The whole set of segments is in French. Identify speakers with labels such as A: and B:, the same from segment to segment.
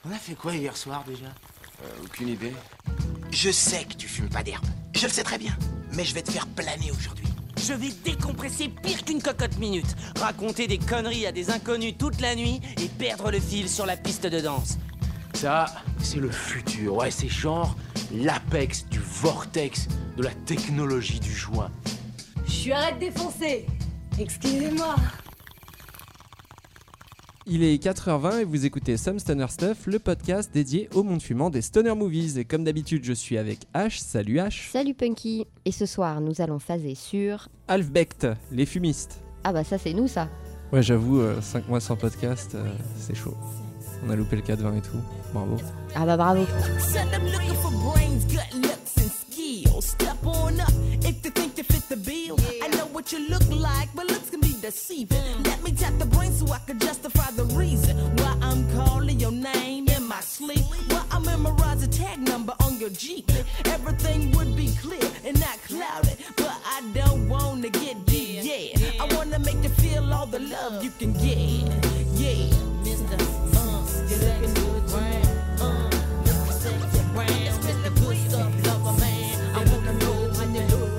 A: On a fait quoi hier soir déjà?
B: Aucune idée.
A: Je sais que tu fumes pas d'herbe. Je le sais très bien. Mais je vais te faire planer aujourd'hui.
C: Je vais décompresser pire qu'une cocotte minute. Raconter des conneries à des inconnus toute la nuit et perdre le fil sur la piste de danse.
D: Ça, c'est le futur. Ouais, c'est genre l'apex du vortex de la technologie du joint.
E: Arrête de défoncer. Excusez-moi.
F: Il est 4h20 et vous écoutez Some Stoner Stuff, le podcast dédié au monde fumant des Stoner Movies. Et comme d'habitude, je suis avec H. Salut H.
G: Salut Punky. Et ce soir, nous allons phaser sur...
F: Halfbecht, les fumistes.
G: Ah bah ça, c'est nous, ça.
F: Ouais, j'avoue, 5 mois sans podcast, c'est chaud. On a loupé le 4-20 et tout. Bravo.
G: Ah bah bravo.
H: Let me tap the brain so I can justify the reason why I'm calling your name in my sleep. Why I memorize a tag number on your Jeep. Everything would be clear and not clouded, but I don't wanna get deep. Yeah, I wanna make you feel all the love you can get. Yeah, Mr. You're looking good tonight. Mr. Sexy Brown, Mr. Good Stuff Lover Man. I wanna know how you look.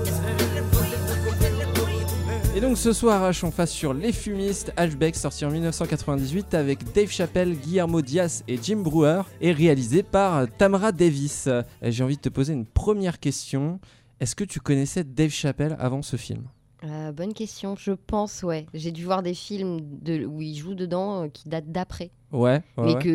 F: Et donc ce soir, H, on face sur Les Fumistes, Halfbecht, sorti en 1998 avec Dave Chappelle, Guillermo Diaz et Jim Breuer, et réalisé par Tamra Davis. Et j'ai envie de te poser une première question. Est-ce que tu connaissais Dave Chappelle avant ce film ?
G: Bonne question, je pense, ouais. J'ai dû voir des films où il joue dedans qui datent d'après.
F: Ouais.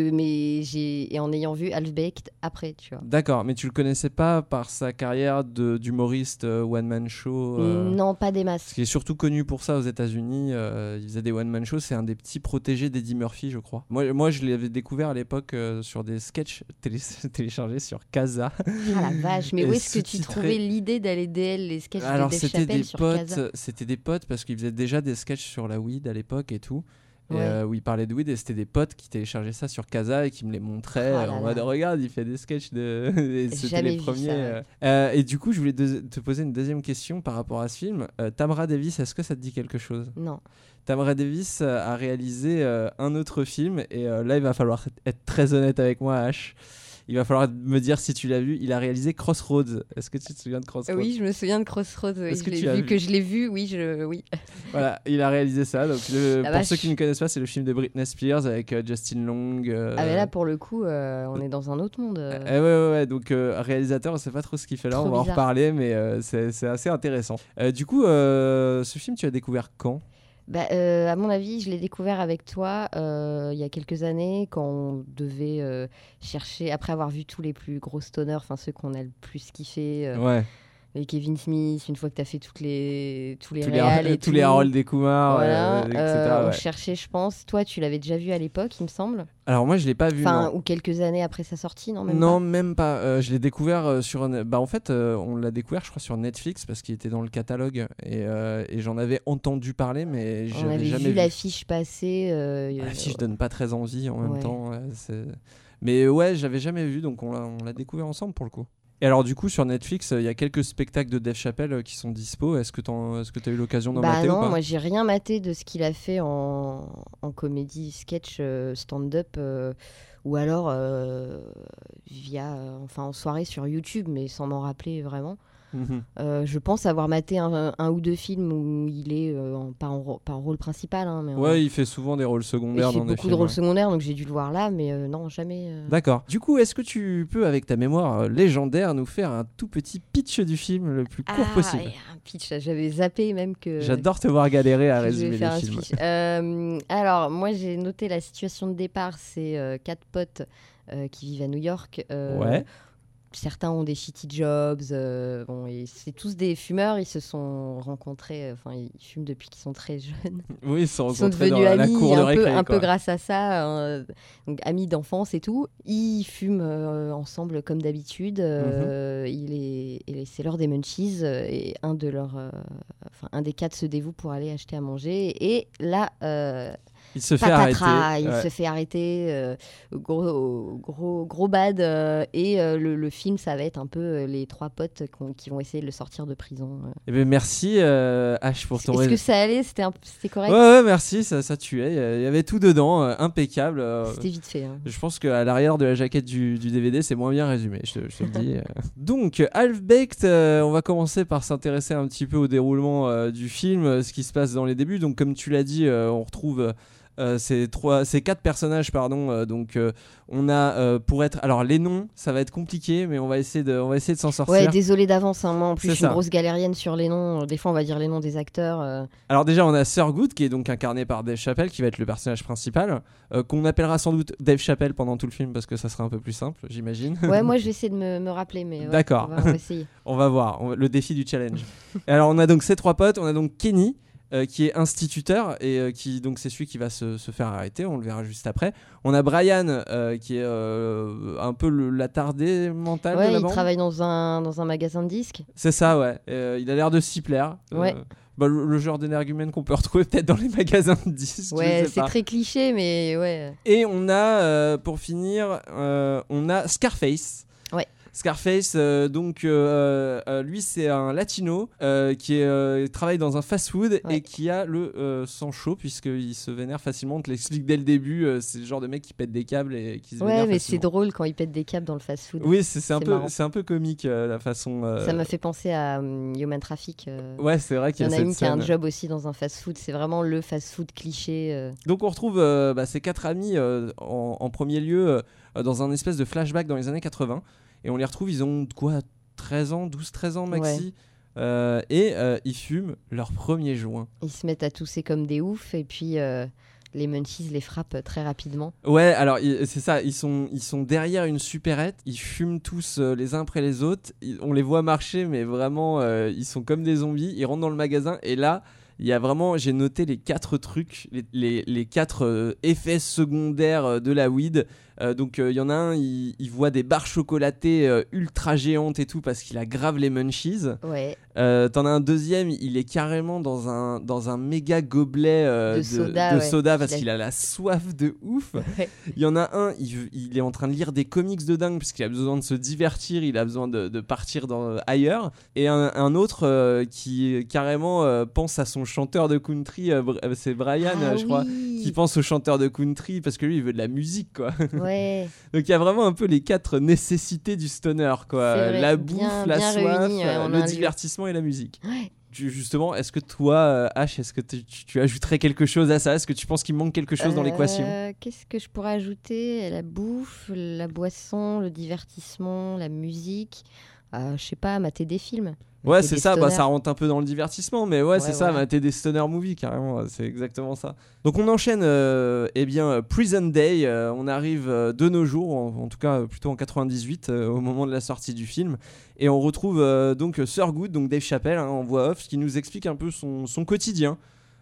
G: Et en ayant vu Halfbecht après, tu vois.
F: D'accord, mais tu le connaissais pas par sa carrière d'humoriste one-man show
G: Non, pas des masses.
F: Qui est surtout connu pour ça aux États-Unis. Il faisait des one-man shows, c'est un des petits protégés d'Eddie Murphy, je crois. Moi je l'avais découvert à l'époque sur des sketchs téléchargés sur Casa.
G: Ah la vache, mais où est-ce que tu trouvais l'idée d'aller DL les sketchs de Dave Chappelle sur Casa ?
F: C'était des potes parce qu'ils faisaient déjà des sketchs sur la weed à l'époque et tout. Où il parlait de weed, et c'était des potes qui téléchargeaient ça sur Casa et qui me les montraient en mode regarde, il fait des sketchs et c'était
G: jamais
F: les premiers.
G: Ça,
F: et du coup, je voulais te poser une deuxième question par rapport à ce film. Tamra Davis, est-ce que ça te dit quelque chose ?
G: Non.
F: Tamra Davis a réalisé un autre film et là, il va falloir être très honnête avec moi, H. Il va falloir me dire si tu l'as vu. Il a réalisé Crossroads. Est-ce que tu te souviens de Crossroads ?
G: Oui, je me souviens de Crossroads. Oui.
F: Est-ce que
G: je l'ai vu, oui.
F: Voilà, il a réalisé ça. Donc pour ceux qui ne connaissent pas, c'est le film de Britney Spears avec Justin Long.
G: Ah mais là, pour le coup, on est dans un autre monde.
F: Ouais. Donc réalisateur, on ne sait pas trop ce qu'il fait là.
G: Trop
F: on va
G: bizarre.
F: en reparler, mais c'est assez intéressant. Du coup, ce film, tu as découvert quand ?
G: À mon avis, je l'ai découvert avec toi il y a quelques années quand on devait chercher, après avoir vu tous les plus gros stoners, enfin ceux qu'on a le plus kiffé, les Kevin Smith, une fois que tu as fait tous les réals et
F: tous les Harold et Kumar,
G: voilà,
F: etc.
G: On cherchait, je pense. Toi, tu l'avais déjà vu à l'époque, il me semble.
F: Alors moi, je l'ai pas vu.
G: Ou quelques années après sa sortie, non,
F: même pas. Je l'ai découvert sur en fait, on l'a découvert, je crois, sur Netflix parce qu'il était dans le catalogue et j'en avais entendu parler, mais
G: on avait
F: jamais
G: vu l'affiche passer.
F: L'affiche donne pas très envie en même temps. Mais ouais, j'avais jamais vu, donc on l'a découvert ensemble pour le coup. Et alors du coup sur Netflix, il y a quelques spectacles de Dave Chappelle qui sont dispo. Est-ce que tu as eu l'occasion d'en mater ou pas ?
G: Non, moi j'ai rien maté de ce qu'il a fait en comédie, sketch, stand-up, ou alors en soirée sur YouTube, mais sans m'en rappeler vraiment. Je pense avoir maté un ou deux films où il est pas en rôle principal.
F: Il fait souvent des rôles secondaires dans des films.
G: Il fait beaucoup de rôles secondaires, donc j'ai dû le voir là, mais non, jamais.
F: D'accord. Du coup, est-ce que tu peux, avec ta mémoire légendaire, nous faire un tout petit pitch du film le plus court possible ?
G: Un pitch, j'avais zappé même que...
F: J'adore te voir galérer à résumer les films.
G: Alors, moi j'ai noté la situation de départ, c'est 4 potes qui vivent à New York. Certains ont des shitty jobs, et c'est tous des fumeurs. Ils se sont rencontrés, ils fument depuis qu'ils sont très jeunes.
F: Oui, ils sont
G: devenus
F: dans
G: amis
F: la cour de récré,
G: un peu grâce à ça, donc amis d'enfance et tout. Ils fument ensemble comme d'habitude. C'est l'heure des munchies et un des 4 se dévoue pour aller acheter à manger. Et là,
F: Il se fait arrêter.
G: Il se fait arrêter, gros bad. Et le film, ça va être un peu les 3 potes qui vont essayer de le sortir de prison.
F: Eh ben merci H pour ton
G: Est-ce que ça allait? C'était correct?
F: Ouais, merci, ça tuait. Il y avait tout dedans, impeccable.
G: C'était vite fait.
F: Je pense qu'à l'arrière de la jaquette du DVD, c'est moins bien résumé, je te le dis. Donc, Half-Baked, on va commencer par s'intéresser un petit peu au déroulement du film, ce qui se passe dans les débuts. Donc, comme tu l'as dit, on retrouve ces 4 personnages, pardon. Donc, on a pour être. Alors, les noms, ça va être compliqué, mais on va essayer de s'en sortir.
G: Ouais, désolé d'avance. Moi, en plus,
F: C'est
G: je suis une
F: ça.
G: grosse galérienne sur les noms. Des fois, on va dire les noms des acteurs.
F: Alors déjà, on a Thurgood qui est donc incarné par Dave Chappelle, qui va être le personnage principal, qu'on appellera sans doute Dave Chappelle pendant tout le film parce que ça sera un peu plus simple, j'imagine.
G: Ouais, moi, je vais essayer de me rappeler, mais ouais,
F: D'accord.
G: on va essayer.
F: On va voir, le défi du challenge. Et alors, on a donc ces 3 potes. On a donc Kenny, qui est instituteur et qui donc c'est celui qui va se faire arrêter. On le verra juste après. On a Brian, qui est un peu l'attardé mental de la
G: Ouais, il
F: bande.
G: travaille dans un magasin de disques.
F: C'est ça, ouais. Il a l'air de s'y plaire.
G: Ouais.
F: Le genre d'énergumène qu'on peut retrouver peut-être dans les magasins de disques.
G: Ouais,
F: je sais
G: c'est
F: pas.
G: très cliché, mais ouais.
F: Et on a, pour finir, on a Scarface.
G: Ouais.
F: Scarface, lui c'est un latino qui travaille dans un fast-food et qui a le sang chaud puisqu'il se vénère facilement. On te l'explique dès le début, c'est le genre de mec qui pète des câbles et qui se vénère
G: Ouais, mais
F: facilement.
G: c'est drôle quand il pète des câbles dans le fast-food.
F: Oui, c'est
G: marrant.
F: un peu comique la façon.
G: Ça m'a fait penser à Human Traffic.
F: Ouais, c'est vrai qu'il y a
G: Il y en a
F: cette
G: une qui a un
F: scène.
G: job aussi dans un fast-food. C'est vraiment le fast-food cliché.
F: Donc on retrouve ces 4 amis en premier lieu dans un espèce de flashback dans les années 80 et on les retrouve, ils ont quoi, 13 ans, 12-13 ans maxi, et ils fument leur premier joint.
G: Ils se mettent à tousser comme des oufs et puis les munchies les frappent très rapidement.
F: Ouais, alors c'est ça, ils sont derrière une supérette, ils fument tous les uns après les autres, on les voit marcher mais vraiment ils sont comme des zombies, ils rentrent dans le magasin et là il y a vraiment, j'ai noté les 4 trucs, les 4 effets secondaires de la weed. Donc il y en a un, il voit des barres chocolatées ultra géantes et tout parce qu'il a grave les munchies.
G: Ouais.
F: T'en as un deuxième, il est carrément dans un méga gobelet de soda parce qu'il a la soif de ouf.
G: Ouais.
F: Il y en a un, il est en train de lire des comics de dingue parce qu'il a besoin de se divertir, il a besoin de partir ailleurs. Et un autre qui carrément pense à son chanteur de country, c'est Brian, je crois, qui pense au chanteur de country parce que lui il veut de la musique, quoi.
G: Ouais.
F: Donc il y a vraiment un peu les 4 nécessités du stoner, quoi.
G: C'est vrai,
F: La bouffe, la
G: bien
F: soif,
G: réunis, en
F: le
G: un lieu.
F: divertissement et la musique.
G: Ouais.
F: Justement, est-ce que toi, H, est-ce que tu ajouterais quelque chose à ça? Est-ce que tu penses qu'il manque quelque chose dans l'équation?
G: Qu'est-ce que je pourrais ajouter? La bouffe, la boisson, le divertissement, la musique. Je sais pas, mater des films.
F: Ouais,
G: Mater
F: c'est
G: des
F: ça,
G: stoners.
F: ça rentre un peu dans le divertissement, mais ouais, c'est ça,
G: voilà.
F: mater des stoner movies, carrément, c'est exactement ça. Donc on enchaîne, Prison Day, on arrive de nos jours, en tout cas plutôt en 98, au moment de la sortie du film, et on retrouve donc Thurgood, donc Dave Chappelle, en voix off, qui nous explique un peu son quotidien,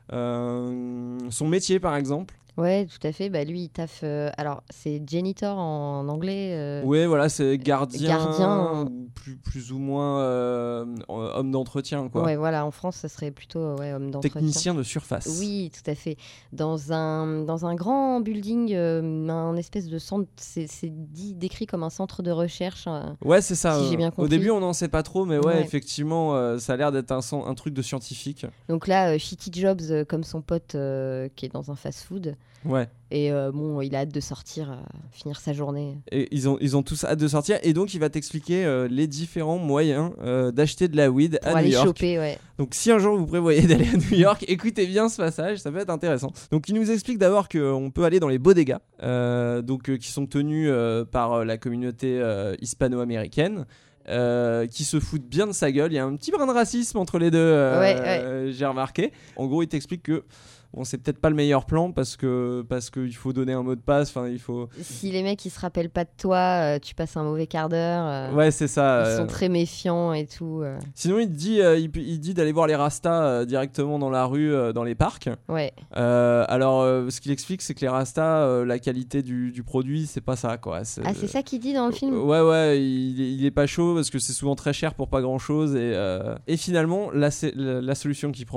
F: son métier par exemple.
G: Ouais, tout à fait. Bah, lui, il taffe. Alors, c'est janitor en anglais.
F: Ouais, voilà, c'est gardien
G: Gardien.
F: ou plus ou moins homme d'entretien, quoi.
G: Ouais, voilà. En France, ça serait plutôt homme d'entretien.
F: Technicien de surface.
G: Oui, tout à fait. Dans un grand building, un espèce de centre. C'est décrit comme un centre de recherche.
F: Ouais, c'est ça.
G: Si j'ai bien
F: Au
G: compris.
F: début, on n'en sait pas trop, mais ouais,
G: Ouais.
F: effectivement, ça a l'air d'être un truc de scientifique.
G: Donc là, Shitty Jobs, comme son pote qui est dans un fast-food.
F: Ouais.
G: Et bon, il a hâte de sortir, finir sa journée.
F: Et ils ont tous hâte de sortir. Et donc, il va t'expliquer les différents moyens d'acheter de la weed
G: Pour
F: à New
G: aller
F: York.
G: choper, ouais.
F: Donc, si un jour vous prévoyez d'aller à New York, écoutez bien ce passage, ça peut être intéressant. Donc, il nous explique d'abord qu'on peut aller dans les bodegas, qui sont tenus par la communauté hispano-américaine. Qui se foutent bien de sa gueule. Il y a un petit brin de racisme entre les deux,
G: Ouais.
F: j'ai remarqué. En gros, il t'explique que bon, c'est peut-être pas le meilleur plan parce qu'il faut donner un mot de passe. Enfin, il faut.
G: Si les mecs ils se rappellent pas de toi, tu passes un mauvais quart d'heure.
F: Ouais, c'est ça.
G: Ils sont très méfiants et tout.
F: Sinon, il dit d'aller voir les Rastas directement dans la rue, dans les parcs.
G: Ouais.
F: Alors, ce qu'il explique, c'est que les Rastas, la qualité du produit, c'est pas ça, quoi.
G: Ah, c'est ça qu'il dit dans le film.
F: Ouais, il est pas chaud parce que c'est souvent très cher pour pas grand chose. Et finalement, la solution qu'il prend,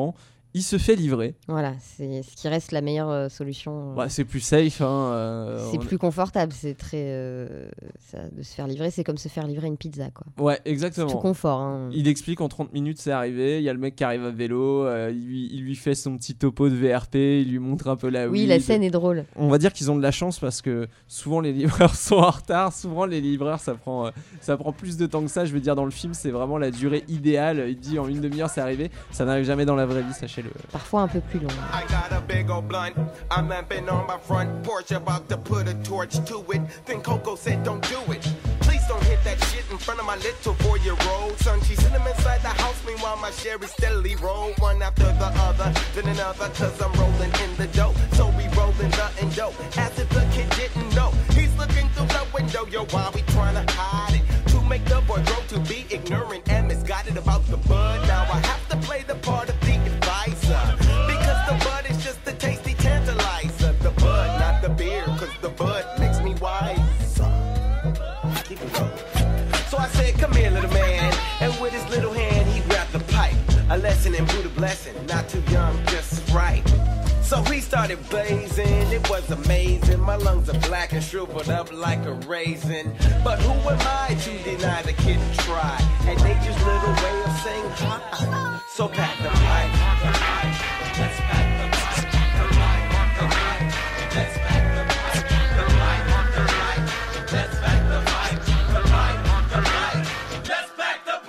F: il se fait livrer.
G: Voilà, c'est ce qui reste la meilleure solution.
F: C'est plus safe.
G: C'est plus confortable, c'est très... de se faire livrer, c'est comme se faire livrer une pizza, quoi.
F: Ouais, exactement.
G: C'est tout confort. Hein.
F: Il explique en 30 minutes c'est arrivé, il y a le mec qui arrive à vélo, il lui fait son petit topo de VRP, il lui montre un peu la weed.
G: Oui, la scène est drôle.
F: On va dire qu'ils ont de la chance parce que souvent les livreurs sont en retard, souvent les livreurs ça prend plus de temps que ça. Je veux dire, dans le film c'est vraiment la durée idéale, il dit en une demi-heure c'est arrivé, ça n'arrive jamais dans la vraie vie, sachez-le.
G: Parfois un peu plus long.
B: I got a big old blunt, I'm lamping on my front porch, about to put a torch to it. Then Coco said don't do it. Please don't hit that shit in front of my little 4-year-old son. She's sitting inside the house, meanwhile my Sherry steadily roll one after the other, then another, cause I'm rolling in the dough. So we rolling the endo, as if the kid didn't know. He's looking through the window, yo, why we trying to hide it? To make the boy grow to be ignorant and misguided about the bud. Now I have to play the part of the advisor, because the bud is just a tasty tantalizer. The bud, not the beer, cause the bud makes me wise. So I said, come here, little man. And with his little hand, he grabbed the pipe. A lesson in Buddha blessing, not too young, just right. So he started blazing, it was amazing. My lungs are black and shriveled up like a raisin. But who am I to deny the kid to try? And nature's little way of saying hi. So pack the pipe. Let's pack the pipe. Let's pack the pipe. The pipe on the right. Let's pack the pipe. The pipe on the right. Let's pack the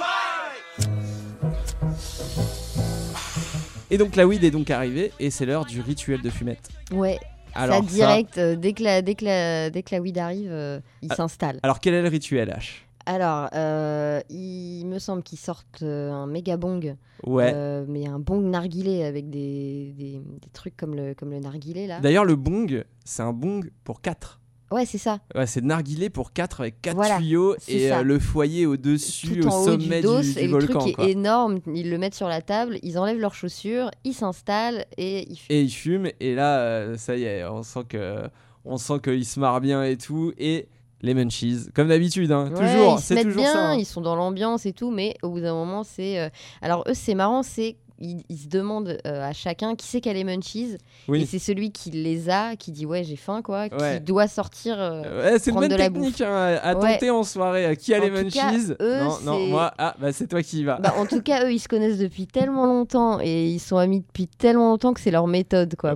B: pipe.
F: Et donc la weed est donc arrivée et c'est l'heure du rituel de fumette.
G: Ouais.
F: Alors,
G: ça direct, dès que la weed arrive, il s'installe.
F: Alors quel est le rituel, H ?
G: Alors, il me semble qu'ils sortent un méga bong, mais un bong narguilé avec des trucs comme le narguilé là.
F: D'ailleurs, le bong, c'est un bong pour 4.
G: Ouais, c'est ça.
F: Ouais, c'est narguilé pour 4 avec 4
G: voilà,
F: tuyaux et
G: le
F: foyer au-dessus,
G: tout
F: au
G: en haut
F: sommet
G: du dos,
F: du
G: et
F: volcan.
G: Le truc
F: quoi.
G: est énorme, ils le mettent sur la table, ils enlèvent leurs chaussures, ils s'installent et ils fument.
F: Et ils fument, et là, ça y est, on sent qu'ils se marrent bien et tout, et les munchies, comme d'habitude, hein,
G: ouais,
F: toujours,
G: ils se
F: c'est
G: mettent
F: toujours
G: bien,
F: ça. Hein.
G: Ils sont dans l'ambiance et tout, mais au bout d'un moment, c'est... Alors eux, c'est marrant, ils se demandent à chacun qui c'est qui a les munchies, et c'est celui qui les a, qui dit ouais j'ai faim quoi, qui doit sortir
F: c'est
G: prendre
F: une bonne
G: de la
F: technique
G: bouffe.
F: À tenter en soirée. Qui a les munchies? Non, moi, c'est toi qui y vas.
G: En tout cas, eux, ils se connaissent depuis tellement longtemps et ils sont amis depuis tellement longtemps que c'est leur méthode quoi,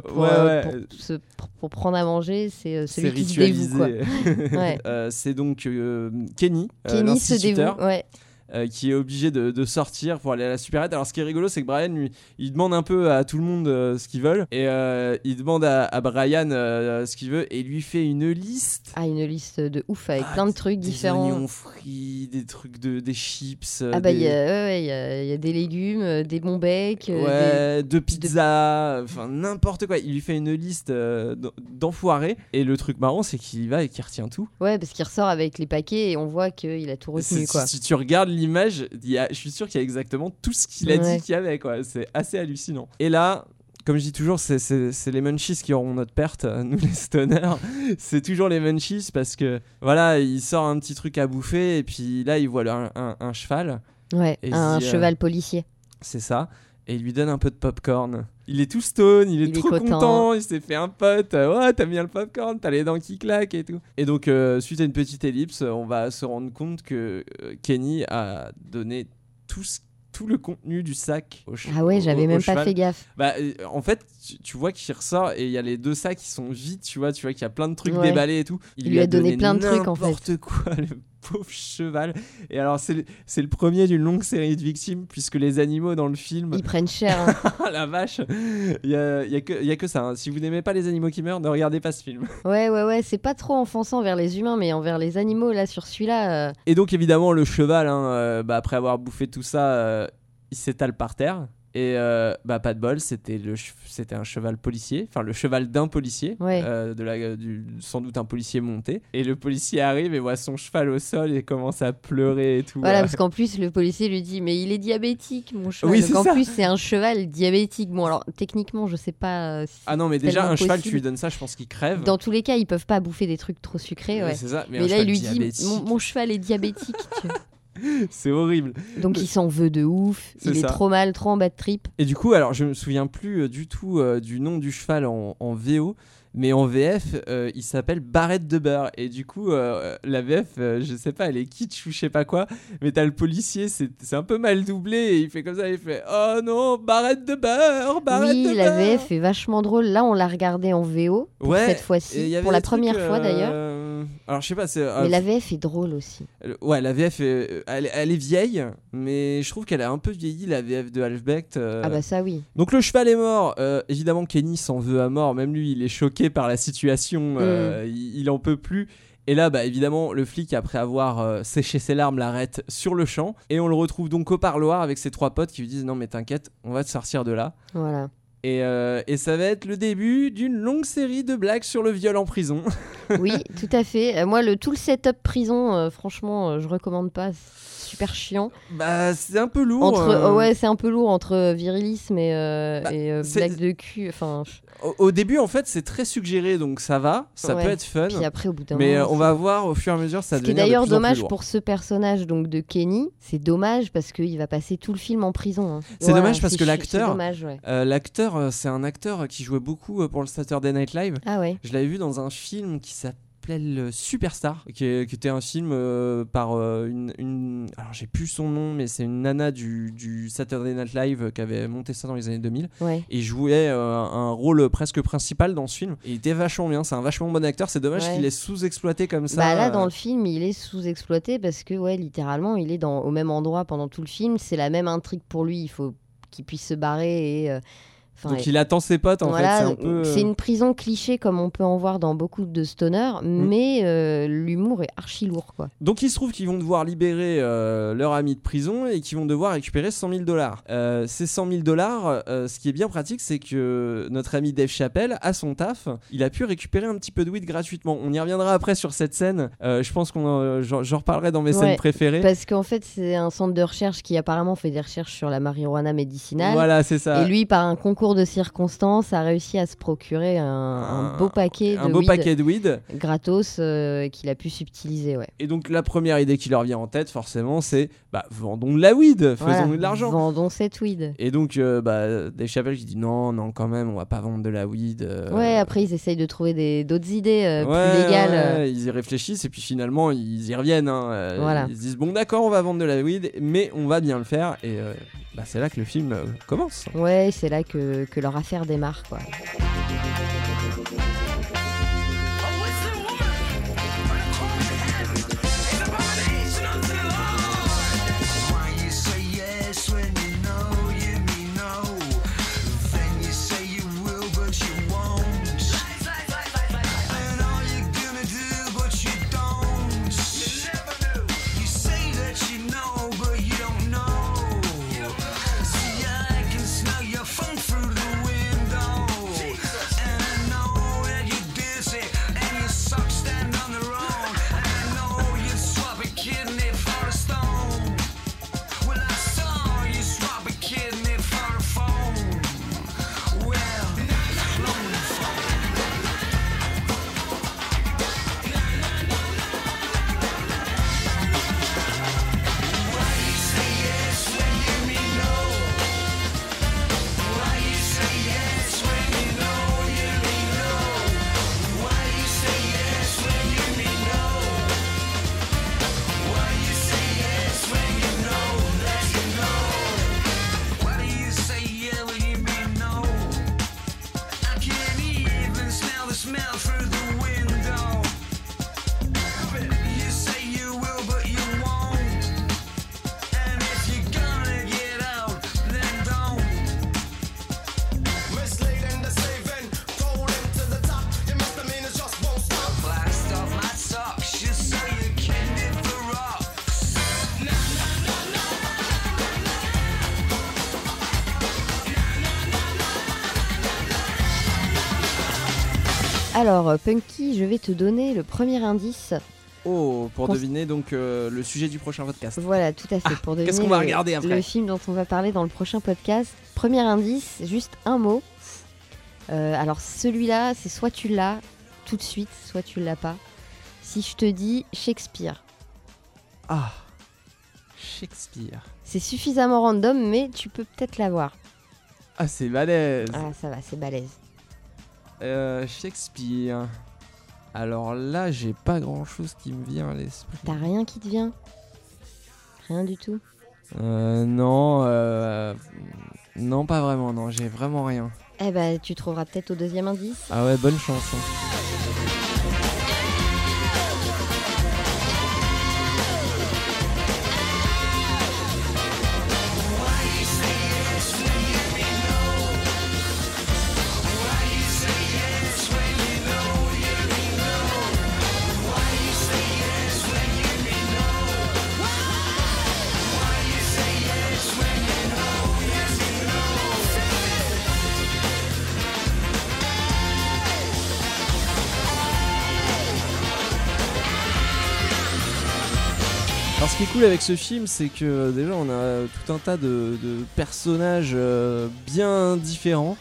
G: pour prendre à manger, c'est celui qui se dévoue quoi. Ouais.
F: C'est donc Kenny
G: se dévoue, ouais.
F: Qui est obligé de sortir pour aller à la supérette. Alors ce qui est rigolo, c'est que Brian il demande un peu à tout le monde ce qu'ils veulent, et il demande à Brian ce qu'il veut, et il lui fait une liste.
G: Une liste de ouf avec plein de trucs différents.
F: Des oignons frits, des trucs des chips.
G: Il y a des légumes, des bons becs,
F: de pizza, enfin n'importe quoi. Il lui fait une liste d'enfoirés, et le truc marrant, c'est qu'il y va et qu'il retient tout.
G: Ouais, parce qu'il ressort avec les paquets et on voit qu'il a tout retenu quoi.
F: Si tu regardes l'image, je suis sûr qu'il y a exactement tout ce qu'il a dit qu'il y avait quoi. C'est assez hallucinant. Et là, comme je dis toujours, c'est les munchies qui auront notre perte, nous les stoners. C'est toujours les munchies parce que voilà, il sort un petit truc à bouffer et puis là il voit un cheval.
G: Ouais, un cheval policier.
F: C'est ça. Et il lui donne un peu de popcorn. Il est tout stone, il est trop content, il s'est fait un pote. Ouais, t'as bien le popcorn, t'as les dents qui claquent et tout. Et donc, suite à une petite ellipse, on va se rendre compte que Kenny a donné tout le contenu du sac au cheval.
G: Ah ouais, j'avais même pas fait gaffe.
F: En fait, tu vois qu'il ressort et il y a les 2 sacs qui sont vides, tu vois qu'il y a plein de trucs déballés et tout.
G: Il lui a donné plein de trucs en fait.
F: N'importe quoi, le pauvre cheval. Et alors, c'est le premier d'une longue série de victimes, puisque les animaux dans le film...
G: Ils prennent cher. Hein.
F: La vache. Il y a que ça. Hein. Si vous n'aimez pas les animaux qui meurent, ne regardez pas ce film.
G: Ouais. C'est pas trop offensant envers les humains, mais envers les animaux, là, sur celui-là...
F: Et donc, évidemment, le cheval, après avoir bouffé tout ça, il s'étale par terre. Et pas de bol, c'était un cheval policier, enfin le cheval d'un policier, sans doute un policier monté. Et le policier arrive et voit son cheval au sol et commence à pleurer et tout.
G: Voilà, parce qu'en plus le policier lui dit mais il est diabétique mon cheval.
F: Oui,
G: donc en plus c'est un cheval diabétique. Bon alors techniquement je sais pas. Si
F: non mais déjà un cheval tu lui donnes ça, je pense qu'il crève.
G: Dans tous les cas ils peuvent pas bouffer des trucs trop sucrés. Ouais.
F: C'est ça.
G: Mais là il lui dit mon cheval est diabétique.
F: C'est horrible.
G: Donc il s'en veut de ouf, il est trop mal, trop en bad trip.
F: Et du coup, alors je me souviens plus du tout du nom du cheval en VO, mais en VF, il s'appelle Barrette de beurre. Et du coup, la VF, je sais pas, elle est kitsch ou je sais pas quoi, mais t'as le policier, c'est un peu mal doublé, et il fait comme ça, il fait « Oh non, Barrette de beurre, Barrette de beurre !»
G: Oui, la VF est vachement drôle. Là, on l'a regardé en VO, pour cette fois-ci, pour la première fois d'ailleurs.
F: Alors je sais pas,
G: mais la VF est drôle aussi.
F: Ouais, la VF, elle est vieille, mais je trouve qu'elle a un peu vieilli, la VF de Halfbeck.
G: Ah bah ça oui.
F: Donc le cheval est mort. Évidemment, Kenny s'en veut à mort. Même lui, il est choqué par la situation. Il en peut plus. Et là, bah, évidemment, le flic, après avoir séché ses larmes, l'arrête sur le champ. Et on le retrouve donc au parloir avec ses 3 potes qui lui disent « Non mais t'inquiète, on va te sortir de là. »
G: Voilà.
F: Et ça va être le début d'une longue série de blagues sur le viol en prison.
G: Oui, tout à fait. Moi, tout le setup prison, franchement, je recommande pas. Super chiant.
F: Bah, c'est un peu lourd.
G: Ouais, c'est un peu lourd entre virilisme et blagues de cul. Enfin.
F: Au début, en fait, c'est très suggéré, donc ça va, ça peut être fun.
G: Puis après, au bout d'un
F: mais
G: moment,
F: on va voir au fur et à mesure, ça devient de plus en plus lourd.
G: C'est d'ailleurs dommage pour ce personnage donc de Kenny. C'est dommage parce qu'il va passer tout le film en prison. Hein.
F: C'est dommage parce que l'acteur, c'est un acteur qui jouait beaucoup pour le Saturday Night Live.
G: Ah ouais.
F: Je l'avais vu dans un film qui s'appelle Superstar, qui était un film par une alors j'ai plus son nom, mais c'est une nana du Saturday Night Live qui avait monté ça dans les années 2000 et jouait un rôle presque principal dans ce film, et il était vachement bien, c'est un vachement bon acteur. C'est dommage qu'il est sous-exploité comme ça.
G: Bah là dans le film il est sous-exploité parce que littéralement il est au même endroit pendant tout le film, c'est la même intrigue pour lui, il faut qu'il puisse se barrer et
F: donc il attend ses potes en fait.
G: C'est une prison cliché comme on peut en voir dans beaucoup de stoners, mais l'humour est archi lourd quoi.
F: Donc il se trouve qu'ils vont devoir libérer leur ami de prison et qu'ils vont devoir récupérer $100,000. Ces $100,000, ce qui est bien pratique, c'est que notre ami Dave Chappelle, à son taf, il a pu récupérer un petit peu de weed gratuitement. On y reviendra après sur cette scène. Je pense j'en reparlerai dans mes scènes préférées.
G: Parce qu'en fait c'est un centre de recherche qui apparemment fait des recherches sur la marijuana médicinale.
F: Voilà, c'est ça.
G: Et lui, par un concours de circonstances, a réussi à se procurer un beau paquet
F: de weed
G: gratos qu'il a pu subtiliser.
F: Et donc la première idée qui leur vient en tête forcément, c'est vendons de la weed, faisons-nous de l'argent,
G: vendons cette weed.
F: Et donc Dave Chappelle qui dit non quand même, on va pas vendre de la weed.
G: Après ils essayent de trouver d'autres idées plus légales.
F: Ils y réfléchissent et puis finalement ils y reviennent. Ils se disent bon d'accord, on va vendre de la weed, mais on va bien le faire. Et c'est là que le film commence.
G: Ouais, c'est là que leur affaire démarre quoi. Alors, Punky, je vais te donner le premier indice.
F: Oh, pour deviner donc le sujet du prochain podcast.
G: Voilà, tout à fait. Pour deviner
F: qu'est-ce qu'on va regarder après ?
G: Le film dont on va parler dans le prochain podcast. Premier indice, juste un mot. Alors celui-là, c'est soit tu l'as tout de suite, soit tu l'as pas. Si je te dis Shakespeare.
F: Ah, Shakespeare.
G: C'est suffisamment random, mais tu peux peut-être l'avoir.
F: Ah, c'est balèze.
G: Ah, ça va, c'est balèze.
F: Shakespeare. Alors là, j'ai pas grand-chose qui me vient à l'esprit.
G: T'as rien qui te vient? Rien du tout?
F: Non, non, pas vraiment, non, j'ai vraiment rien.
G: Eh bah, tu trouveras peut-être au deuxième indice.
F: Ah ouais, bonne chance. Hein. Alors ce qui est cool avec ce film, c'est que déjà on a tout un tas de personnages bien différents.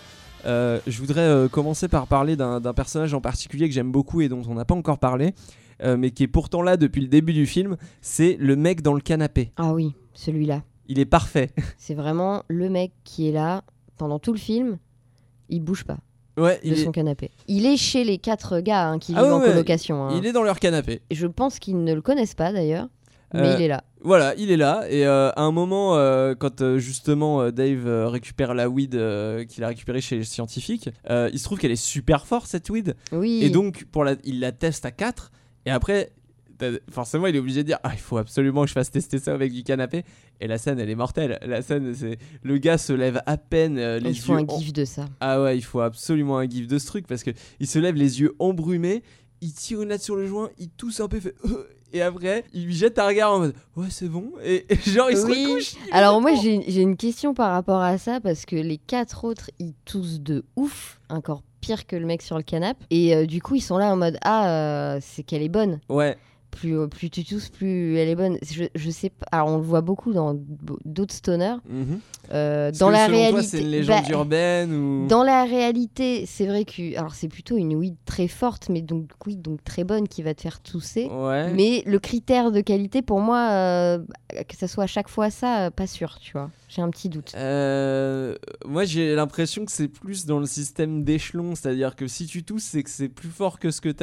F: Je voudrais commencer par parler d'un personnage en particulier que j'aime beaucoup et dont on n'a pas encore parlé, mais qui est pourtant là depuis le début du film. C'est le mec dans le canapé.
G: Ah oui, celui-là.
F: Il est parfait.
G: C'est vraiment le mec qui est là pendant tout le film. Il bouge pas.
F: Ouais,
G: de son canapé. Il est chez les 4 gars qui vivent en colocation.
F: Il est dans leur canapé.
G: Je pense qu'ils ne le connaissent pas d'ailleurs. Mais il est là.
F: Voilà, il est là. Et à un moment, quand justement Dave récupère la weed qu'il a récupérée chez les scientifiques, il se trouve qu'elle est super forte cette weed.
G: Oui.
F: Et donc, il la teste à 4. Et après, forcément, il est obligé de dire il faut absolument que je fasse tester ça avec du canapé. Et la scène, elle est mortelle. La scène, c'est le gars se lève à peine les yeux.
G: Il faut un gif de ça.
F: Ah ouais, il faut absolument un gif de ce truc parce que il se lève les yeux embrumés, il tire une latte sur le joint, il tousse un peu, fait et après, il lui jette un regard en mode ouais, c'est bon. Et genre, il se recouche.
G: Alors, moi, j'ai une question par rapport à ça parce que les 4 autres, ils toussent de ouf, encore pire que le mec sur le canapé. Et du coup, ils sont là en mode c'est qu'elle est bonne.
F: Ouais.
G: Plus tu tousses, plus elle est bonne. Je sais pas. Alors, on le voit beaucoup dans d'autres stoners. Dans la réalité,
F: toi, c'est une légende urbaine ou...
G: Dans la réalité, c'est vrai que alors c'est plutôt une weed très forte, mais donc très bonne qui va te faire tousser.
F: Ouais.
G: Mais le critère de qualité pour moi, que ça soit à chaque fois ça, pas sûr, tu vois. J'ai un petit doute.
F: Moi, j'ai l'impression que c'est plus dans le système d'échelon, c'est-à-dire que si tu tousses, c'est que c'est plus fort que ce que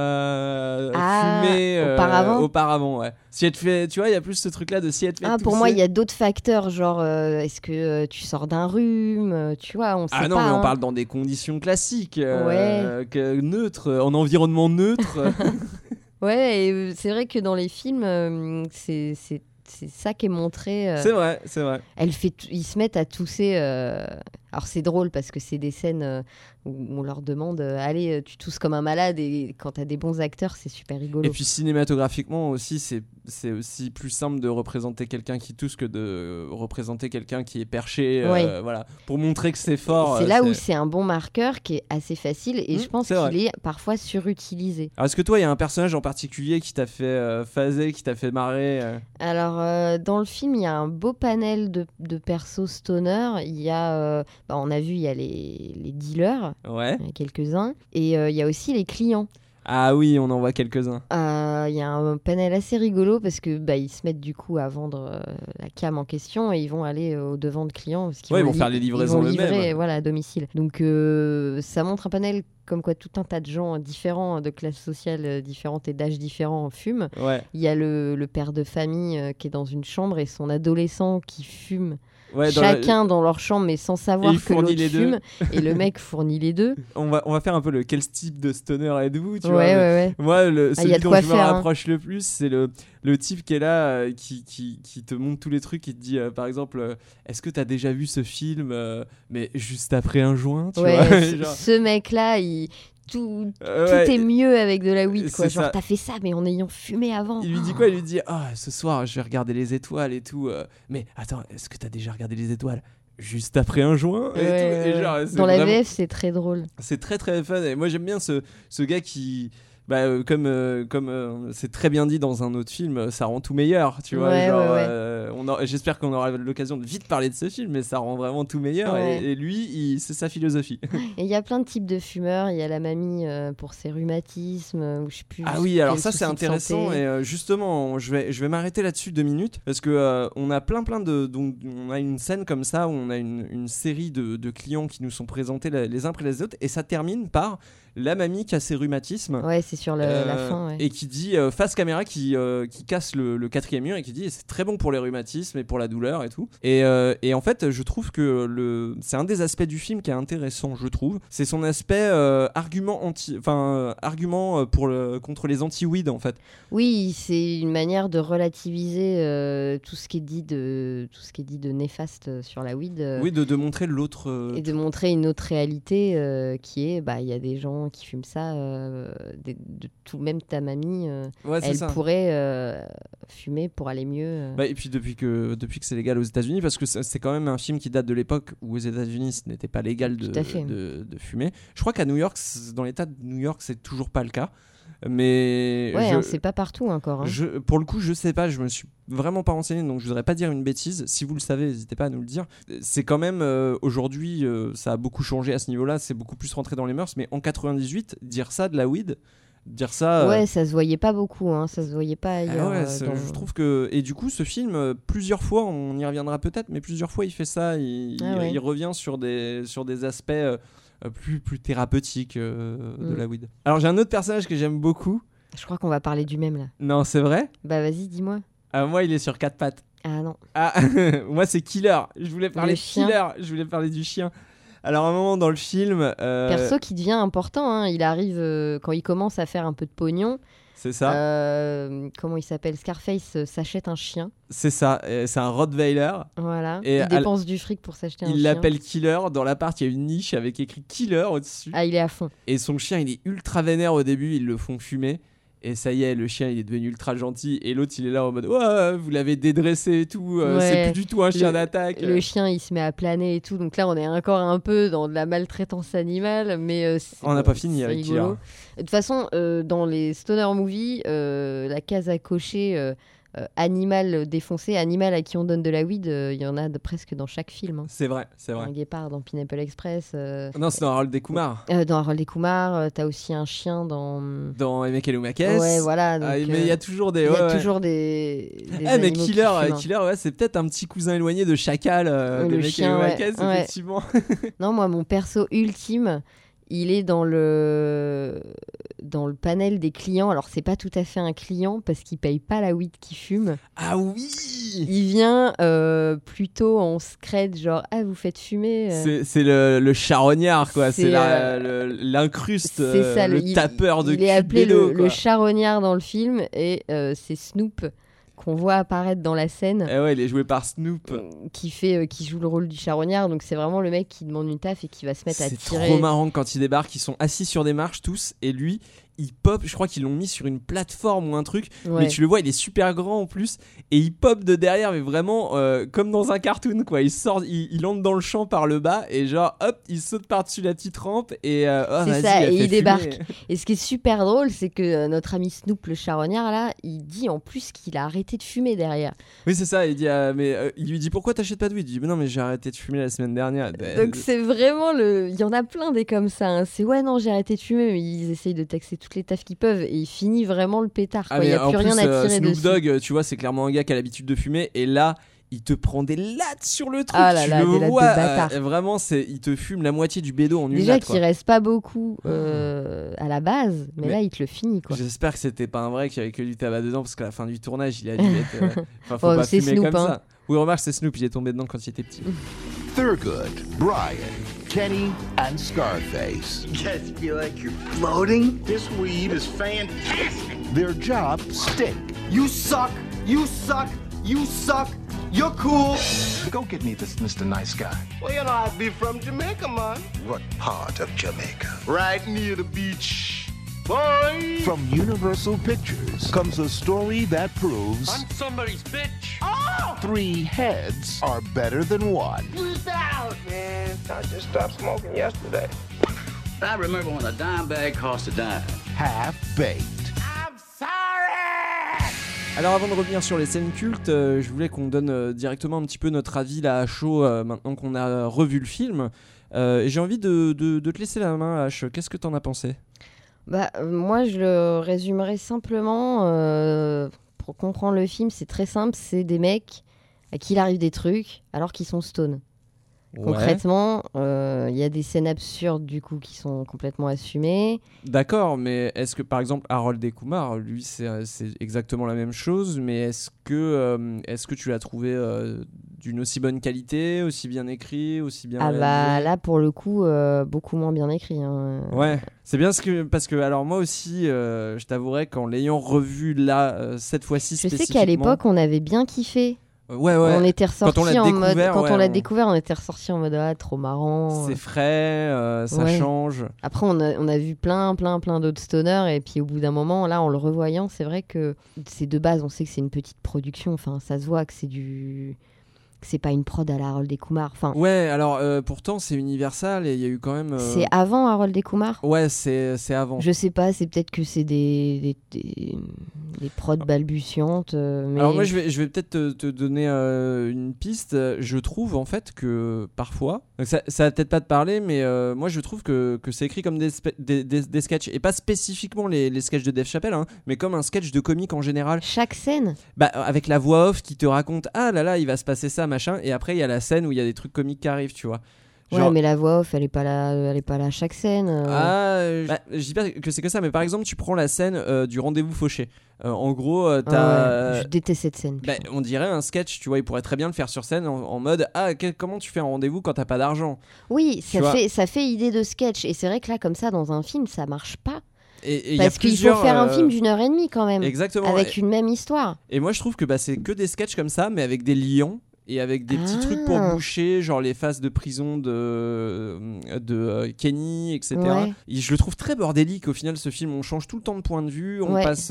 F: t'as fumé auparavant. Ouais. Si elle te fait, tu vois, il y a plus ce truc-là de si elle te fait tousser.
G: Pour moi, il y a d'autres facteurs, genre est-ce que tu sors d'un rhume, tu vois, on sait pas.
F: Ah non, mais on parle dans des conditions classiques, neutres, en environnement neutre.
G: Ouais, et c'est vrai que dans les films, c'est ça qui est montré.
F: C'est vrai.
G: Ils se mettent à tousser. Alors c'est drôle parce que c'est des scènes où on leur demande allez, tu tousses comme un malade, et quand t'as des bons acteurs, c'est super rigolo.
F: Et puis cinématographiquement aussi, c'est aussi plus simple de représenter quelqu'un qui tousse que de représenter quelqu'un qui est perché. Voilà, pour montrer que c'est fort.
G: C'est là où c'est un bon marqueur qui est assez facile, et je pense qu'il est parfois surutilisé.
F: Alors est-ce que toi, il y a un personnage en particulier qui t'a fait phaser, qui t'a fait marrer
G: Alors dans le film, il y a un beau panel de persos stoner. Il y a on a vu, il y a les dealers, il y a quelques-uns, et il y a aussi les clients.
F: Ah oui, on en voit quelques-uns.
G: Il y a un panel assez rigolo parce que ils se mettent du coup à vendre la cam en question, et ils vont aller au devant de clients parce qu'ils
F: ils vont faire les livraisons eux-mêmes.
G: Voilà, à domicile. Donc ça montre un panel comme quoi tout un tas de gens différents, de classes sociales différentes et d'âges différents fument.
F: Ouais.
G: Il y a le père de famille qui est dans une chambre et son adolescent qui fume. Dans leur chambre, mais sans savoir que l'autre fume. Et le mec fournit les deux.
F: On va faire un peu le quel type de stoner êtes-vous, tu vois.
G: Ouais.
F: Moi, celui dont je me rapproche le plus, c'est le type qui est là, qui te montre tous les trucs, qui te dit, par exemple, est-ce que t'as déjà vu ce film, mais juste après un joint, tu vois.
G: Ce mec-là, tout est mieux avec de la weed, quoi. Genre, t'as fait ça, mais en ayant fumé avant.
F: Il lui dit quoi? Il lui dit ce soir, je vais regarder les étoiles et tout. Mais attends, est-ce que t'as déjà regardé les étoiles juste après un joint et tout. Et genre,
G: dans la VF, c'est très drôle.
F: C'est très très fun. Et moi, j'aime bien ce gars qui comme c'est très bien dit dans un autre film, ça rend tout meilleur, tu vois. J'espère qu'on aura l'occasion de vite parler de ce film, mais ça rend vraiment tout meilleur. Et lui, c'est sa philosophie.
G: Et il y a plein de types de fumeurs. Il y a la mamie pour ses rhumatismes, ou je sais plus.
F: Ah oui, alors ça c'est intéressant. Et justement, je vais m'arrêter là-dessus 2 minutes parce que on a plein de, donc on a une scène comme ça où on a une série de clients qui nous sont présentés les uns après les autres, et ça termine par la mamie qui a ses rhumatismes.
G: Ouais, c'est sur la fin. Ouais.
F: Et qui dit, face caméra, qui casse le 4e mur et qui dit c'est très bon pour les rhumatismes et pour la douleur et tout. Et en fait, je trouve que c'est un des aspects du film qui est intéressant, je trouve. C'est son aspect argument contre les anti-weed, en fait.
G: Oui, c'est une manière de relativiser tout ce qui est dit de néfaste sur la weed.
F: Oui, de montrer l'autre.
G: Et de montrer une autre réalité qui est, il y a des gens qui fument ça, tout, même ta mamie, elle pourrait fumer pour aller mieux.
F: Et puis depuis que c'est légal aux États-Unis, parce que c'est quand même un film qui date de l'époque où aux États-Unis ce n'était pas légal de fumer. Je crois qu'à New York, dans l'État de New York, c'est toujours pas le cas. Mais
G: c'est pas partout encore.
F: Pour le coup, je sais pas, je me suis vraiment pas renseigné, donc je voudrais pas dire une bêtise. Si vous le savez, n'hésitez pas à nous le dire. C'est quand même aujourd'hui, ça a beaucoup changé à ce niveau-là, c'est beaucoup plus rentré dans les mœurs. Mais en 98, dire ça de la weed, ça
G: se voyait pas beaucoup, ça se voyait pas ailleurs.
F: Je trouve que, et du coup ce film, plusieurs fois, on y reviendra peut-être, mais plusieurs fois il fait ça, il revient sur des aspects plus thérapeutique de la weed. Alors j'ai un autre personnage que j'aime beaucoup.
G: Je crois qu'on va parler du même là.
F: Non, c'est vrai ?
G: Bah vas-y, dis-moi.
F: Moi il est sur 4 pattes.
G: Ah non.
F: Moi c'est Killer. Je voulais parler de Killer. Je voulais parler du chien. Alors à un moment dans le film...
G: Perso qui devient important, il arrive quand il commence à faire un peu de pognon.
F: C'est ça.
G: Comment il s'appelle ? Scarface s'achète un chien.
F: C'est ça, c'est un Rottweiler.
G: Voilà, et il dépense du fric pour s'acheter un chien.
F: Il l'appelle Killer, dans l'appart il y a une niche avec écrit Killer au-dessus.
G: Ah, il est à fond.
F: Et son chien il est ultra vénère au début, ils le font fumer. Et ça y est, le chien il est devenu ultra gentil. Et l'autre il est là en mode ouais, vous l'avez dédressé et tout, c'est plus du tout un chien d'attaque.
G: Le chien il se met à planer et tout. Donc là on est encore un peu dans de la maltraitance animale. Mais
F: on n'a pas fini avec Killer.
G: De toute façon, dans les stoner movies, la case à cocher animal défoncé, animal à qui on donne de la weed, il y en a presque dans chaque film.
F: C'est vrai.
G: Un guépard dans Pineapple Express.
F: Non, c'est dans Harold et Kumar.
G: Dans Harold et Kumar, t'as aussi un chien dans
F: Emek et Lumakes.
G: Ouais, voilà. Donc,
F: mais il y a toujours des. Mais Killer, c'est peut-être un petit cousin éloigné de Chacal, d'Emek et Lumakes, effectivement.
G: Non, moi, mon perso ultime. Il est dans le panel des clients. Alors, c'est pas tout à fait un client parce qu'il paye pas la weed qu'il fume.
F: Ah oui.
G: Il vient plutôt en scred, genre « Ah, vous faites fumer ?»
F: C'est le charognard, quoi. C'est l'incruste, le tapeur de cul.
G: Il est appelé le charognard dans le film et c'est Snoop qu'on voit apparaître dans la scène.
F: Il est joué par Snoop.
G: Qui joue le rôle du charognard. Donc c'est vraiment le mec qui demande une taf et qui va se mettre à tirer.
F: C'est trop marrant quand il débarque. Ils sont assis sur des marches tous et lui, il pop. Je crois qu'ils l'ont mis sur une plateforme ou un truc. Ouais. Mais tu le vois, il est super grand en plus. Et il pop de derrière, mais vraiment comme dans un cartoon, quoi. Il sort, il entre dans le champ par le bas et genre hop, il saute par-dessus la petite rampe et
G: c'est ça, et il débarque. Et ce qui est super drôle, c'est que notre ami Snoop, le charognard là, il dit en plus qu'il a arrêté de fumer derrière.
F: Oui, c'est ça. Il dit, il lui dit pourquoi t'achètes pas de weed ? Il dit mais non, mais j'ai arrêté de fumer la semaine dernière.
G: Donc c'est vraiment il y en a plein des comme ça. Hein. C'est ouais non, j'ai arrêté de fumer, mais ils essayent de taxer toutes les tafs qu'ils peuvent et il finit vraiment le pétard. Il n'y a plus rien à tirer dessus.
F: Snoop Dogg, tu vois, c'est clairement un gars qui a l'habitude de fumer et là, il te prend des lattes sur le truc.
G: Ah là là,
F: tu le vois,
G: vraiment,
F: il te fume la moitié du bédo en une
G: Déjà
F: latte.
G: Déjà qu'il reste pas beaucoup à la base, mais là, il te le finit. Quoi.
F: J'espère que c'était pas un vrai qu'il y avait que du tabac dedans parce qu'à la fin du tournage, il a dû être. Faut pas fumer
G: Snoop,
F: comme ça. Oui, remarque, c'est Snoop, il est tombé dedans quand il était petit.
I: Thurgood, Brian, Kenny, and Scarface.
J: Just feel like you're floating. This weed is fantastic.
I: Their jobs stink.
J: You suck. You suck. You suck. You're cool.
I: Go get me this Mr. Nice Guy.
B: Well, you know, I'd be from Jamaica, man.
I: What part of Jamaica?
B: Right near the beach. Boy!
I: From Universal Pictures comes a story that proves
B: I'm somebody's bitch.
I: Oh! 3 heads are better than 1.
B: Who's out, man? I just stopped smoking yesterday.
K: I remember when a dime bag cost a dime.
I: half-baked.
F: Alors avant de revenir sur les scènes cultes, je voulais qu'on donne directement un petit peu notre avis là à chaud maintenant qu'on a revu le film. Et j'ai envie de te laisser la main, H. Qu'est-ce que t'en as pensé ?
G: Moi, je le résumerai simplement. Pour comprendre le film, c'est très simple. C'est des mecs à qui il arrive des trucs alors qu'ils sont stone.
F: Ouais.
G: Concrètement, il y a des scènes absurdes du coup qui sont complètement assumées.
F: D'accord, mais est-ce que par exemple Harold et Kumar, lui c'est exactement la même chose, mais est-ce que tu l'as trouvé d'une aussi bonne qualité, aussi bien écrit, aussi bien réalisé ?
G: Là pour le coup, beaucoup moins bien écrit. Hein.
F: Ouais, c'est bien parce que alors moi aussi, je t'avouerai qu'en l'ayant revu là cette fois-ci
G: je
F: spécifiquement.
G: sais qu'à l'époque on avait bien kiffé.
F: Ouais.
G: On était ressorti
F: on l'a
G: découvert, on était ressorti en mode trop marrant.
F: C'est frais, ça change.
G: Après, on a vu plein d'autres stoners et puis au bout d'un moment, là, en le revoyant, c'est vrai que c'est de base, on sait que c'est une petite production. Enfin, ça se voit que c'est pas une prod à la Harold et Kumar. Enfin,
F: ouais, alors pourtant c'est Universal et il y a eu quand même.
G: C'est avant Harold et Kumar ?
F: Ouais, c'est avant.
G: Je sais pas, c'est peut-être que c'est des prods balbutiantes. Mais...
F: Alors moi je vais peut-être te donner une piste. Je trouve en fait que parfois, ça va peut-être pas te parler, mais moi je trouve que c'est écrit comme des sketchs et pas spécifiquement les sketchs de Dave Chappelle, hein, mais comme un sketch de comique en général.
G: Chaque scène ?
F: Avec la voix off qui te raconte ah là il va se passer ça machin, et après il y a la scène où il y a des trucs comiques qui arrivent, tu vois.
G: Genre... Ouais, mais la voix off, elle est pas là à chaque scène.
F: Je dis pas que c'est que ça, mais par exemple, tu prends la scène du rendez-vous fauché. En gros, t'as.
G: Je déteste cette scène.
F: On dirait un sketch, tu vois, il pourrait très bien le faire sur scène en mode comment tu fais un rendez-vous quand t'as pas d'argent ?
G: Oui, ça fait idée de sketch, et c'est vrai que là, comme ça, dans un film, ça marche pas. Parce qu'il faut faire un film d'1h30 quand même.
F: Exactement.
G: Avec une même histoire.
F: Et moi, je trouve que c'est que des sketchs comme ça, mais avec des lions. Et avec des petits trucs pour boucher, genre les phases de prison de Kenny, etc.
G: Ouais.
F: Et je le trouve très bordélique au final, ce film. On change tout le temps de point de vue, on passe,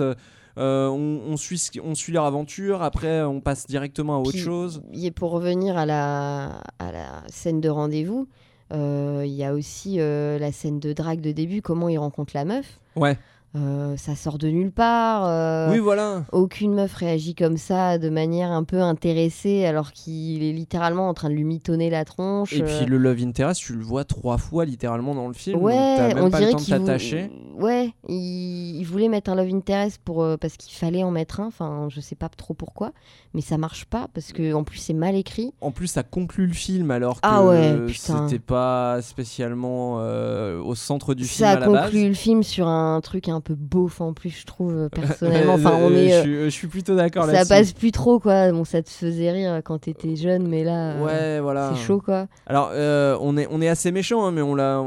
F: on suit leur aventure, après on passe directement à autre chose.
G: Et pour revenir à la scène de rendez-vous, il y a aussi la scène de drague de début, comment il rencontre la meuf.
F: Ouais.
G: Ça sort de nulle part.
F: Oui, voilà.
G: Aucune meuf réagit comme ça de manière un peu intéressée alors qu'il est littéralement en train de lui mitonner la tronche.
F: Et puis le love interest, tu le vois 3 fois littéralement dans le film.
G: Ouais,
F: donc t'as même
G: on
F: pas
G: dirait
F: le temps de t'attacher.
G: Ouais, il voulait mettre un love interest parce qu'il fallait en mettre un. Enfin, je sais pas trop pourquoi, mais ça marche pas parce que en plus c'est mal écrit.
F: En plus, ça conclut le film alors que c'était pas spécialement au centre du film à la base.
G: Ça conclut le film sur un truc un peu beauf en plus, je trouve, personnellement. Enfin,
F: je suis plutôt d'accord là-dessus.
G: Ça passe plus trop, quoi. Bon, ça te faisait rire quand t'étais jeune, mais là,
F: ouais, voilà.
G: c'est chaud, quoi.
F: Alors, on est assez méchant, hein, mais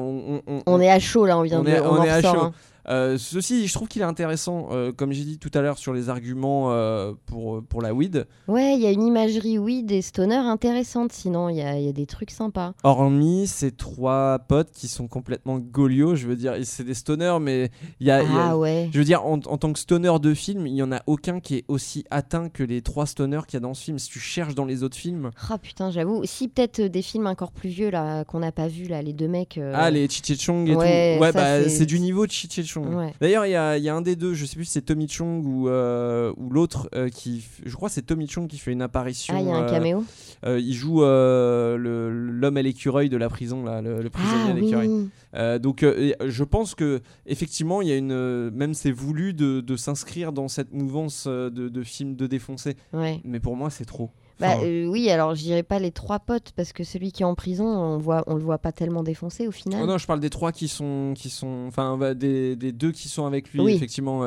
G: on est à chaud là, on est à chaud.
F: Ceci, je trouve qu'il est intéressant, comme j'ai dit tout à l'heure sur les arguments pour la weed.
G: Ouais, il y a une imagerie weed et stoner intéressante, sinon il y a des trucs sympas.
F: Hormis ces 3 potes qui sont complètement golios, je veux dire, c'est des stoners, mais
G: ouais.
F: Je veux dire, en tant que stoner de film, il n'y en a aucun qui est aussi atteint que les 3 stoners qu'il y a dans ce film. Si tu cherches dans les autres films...
G: Ah putain, j'avoue. Si, peut-être des films encore plus vieux là, qu'on n'a pas vu, là, les 2 mecs...
F: les Cheech Chong et tout. Ouais, c'est du niveau de Cheech Chong. Ouais. D'ailleurs, il y a un des deux, je sais plus si c'est Tommy Chong ou l'autre je crois que c'est Tommy Chong qui fait une apparition.
G: Ah, il y a un caméo.
F: Il joue l'homme à l'écureuil de la prison là, le prisonnier à l'écureuil. Oui. Donc je pense que effectivement, il y a même c'est voulu de s'inscrire dans cette mouvance de films de défoncer. Ouais. Mais pour moi, c'est trop.
G: Oui, alors je dirais pas les 3 potes parce que celui qui est en prison, on le voit pas tellement défoncé au final.
F: Oh non, je parle des 3 qui sont enfin des 2 qui sont avec lui, effectivement.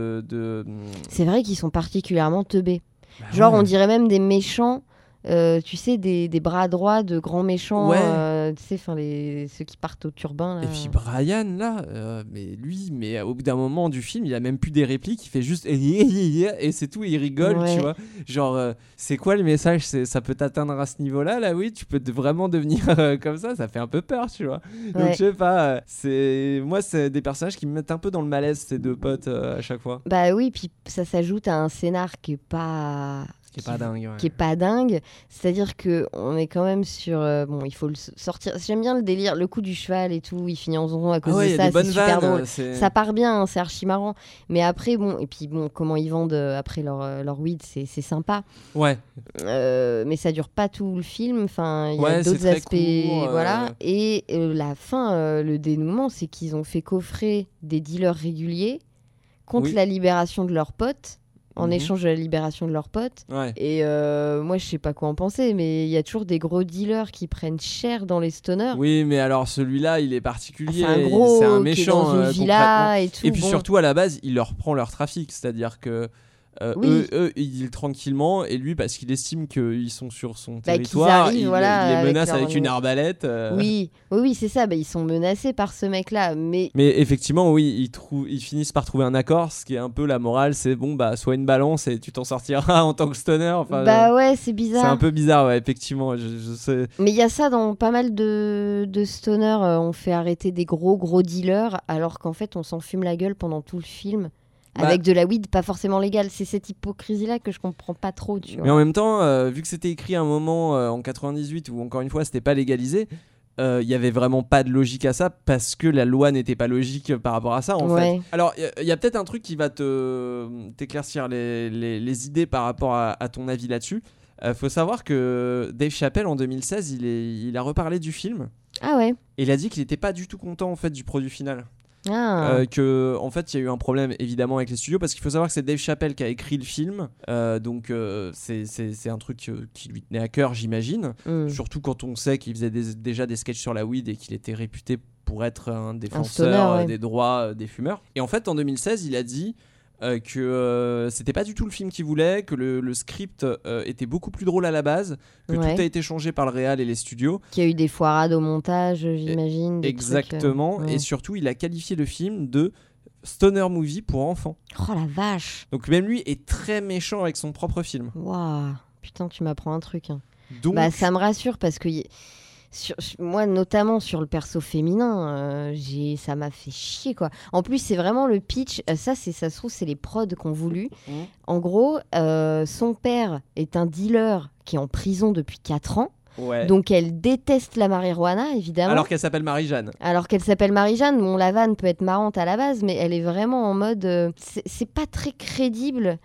G: C'est vrai qu'ils sont particulièrement teubés. Genre, on dirait même des méchants. Tu sais, des bras droits de grands méchants, tu sais, ceux qui partent au turbin. Là.
F: Et puis Brian, là, mais au bout d'un moment du film, il a même plus des répliques, il fait juste et c'est tout, il rigole, tu vois. Genre, c'est quoi le message ? Ça peut t'atteindre à ce niveau-là, là, oui, tu peux vraiment devenir comme ça fait un peu peur, tu vois. Donc, je sais pas, moi, c'est des personnages qui me mettent un peu dans le malaise, ces 2 potes, à chaque fois.
G: Bah oui, puis ça s'ajoute à un scénar qui est pas
F: Qui est pas dingue. Ouais.
G: Qui est pas dingue. C'est-à-dire qu'on est quand même sur... bon, il faut le sortir. J'aime bien le délire, le coup du cheval et tout. Il finit en zonzon à cause de ça. C'est super drôle. Ça part bien, hein, c'est archi marrant. Mais après, bon, et puis bon, comment ils vendent après leur weed, c'est sympa.
F: Ouais.
G: Mais ça dure pas tout le film. Enfin, il y a d'autres aspects. Court, voilà. Et la fin, le dénouement, c'est qu'ils ont fait coffrer des dealers réguliers contre la libération de leurs potes. En échange de la libération de leurs potes. Ouais. Et moi, je sais pas quoi en penser, mais il y a toujours des gros dealers qui prennent cher dans les stoners.
F: Oui, mais alors celui-là, il est particulier.
G: C'est un gros,
F: c'est un méchant,
G: qui est dans une villa et tout.
F: Et puis surtout, à la base, il leur prend leur trafic. C'est-à-dire que eux, ils dealent tranquillement, et lui, parce qu'il estime qu'ils sont sur son territoire, il les menace avec une arbalète.
G: Oui, c'est ça. Ils sont menacés par ce mec-là. Mais
F: effectivement, oui, ils finissent par trouver un accord, ce qui est un peu la morale, c'est bon, soit une balance et tu t'en sortiras en tant que stoner. Enfin,
G: ouais, c'est bizarre.
F: C'est un peu bizarre, ouais, effectivement. Je sais.
G: Mais il y a ça dans pas mal de stoners. On fait arrêter des gros dealers, alors qu'en fait, on s'en fume la gueule pendant tout le film. Avec de la weed pas forcément légale. C'est cette hypocrisie-là que je comprends pas trop, tu vois.
F: Mais en même temps, vu que c'était écrit à un moment en 98 où, encore une fois, c'était pas légalisé, il y avait vraiment pas de logique à ça, parce que la loi n'était pas logique par rapport à ça, en fait. Alors, il y a peut-être un truc qui va t'éclaircir les idées par rapport à ton avis là-dessus. Faut savoir que Dave Chappelle, en 2016, il a reparlé du film.
G: Ah ouais.
F: Et il a dit qu'il était pas du tout content, en fait, du produit final.
G: Que
F: en fait il y a eu un problème évidemment avec les studios, parce qu'il faut savoir que c'est Dave Chappelle qui a écrit le film, donc c'est un truc qui lui tenait à cœur, j'imagine, surtout quand on sait qu'il faisait déjà des sketchs sur la weed et qu'il était réputé pour être un défenseur des droits des fumeurs. Et en fait en 2016 il a dit que c'était pas du tout le film qu'il voulait, que le script était beaucoup plus drôle à la base, que tout a été changé par le réal et les studios,
G: qu'il y a eu des foirades au montage, j'imagine,
F: exactement, et surtout il a qualifié le film de stoner movie pour enfants.
G: Oh la vache.
F: Donc même lui est très méchant avec son propre film.
G: Waouh, putain, tu m'apprends un truc, hein.
F: Donc
G: ça me rassure, parce que moi, notamment sur le perso féminin, ça m'a fait chier, quoi. En plus, c'est vraiment le pitch. Ça se trouve, c'est les prods qu'on voulu. En gros, son père est un dealer qui est en prison depuis 4 ans.
F: Ouais.
G: Donc elle déteste la marijuana, évidemment.
F: Alors qu'elle s'appelle Marie-Jeanne.
G: Bon, la vanne peut être marrante à la base, mais elle est vraiment en mode... c'est pas très crédible.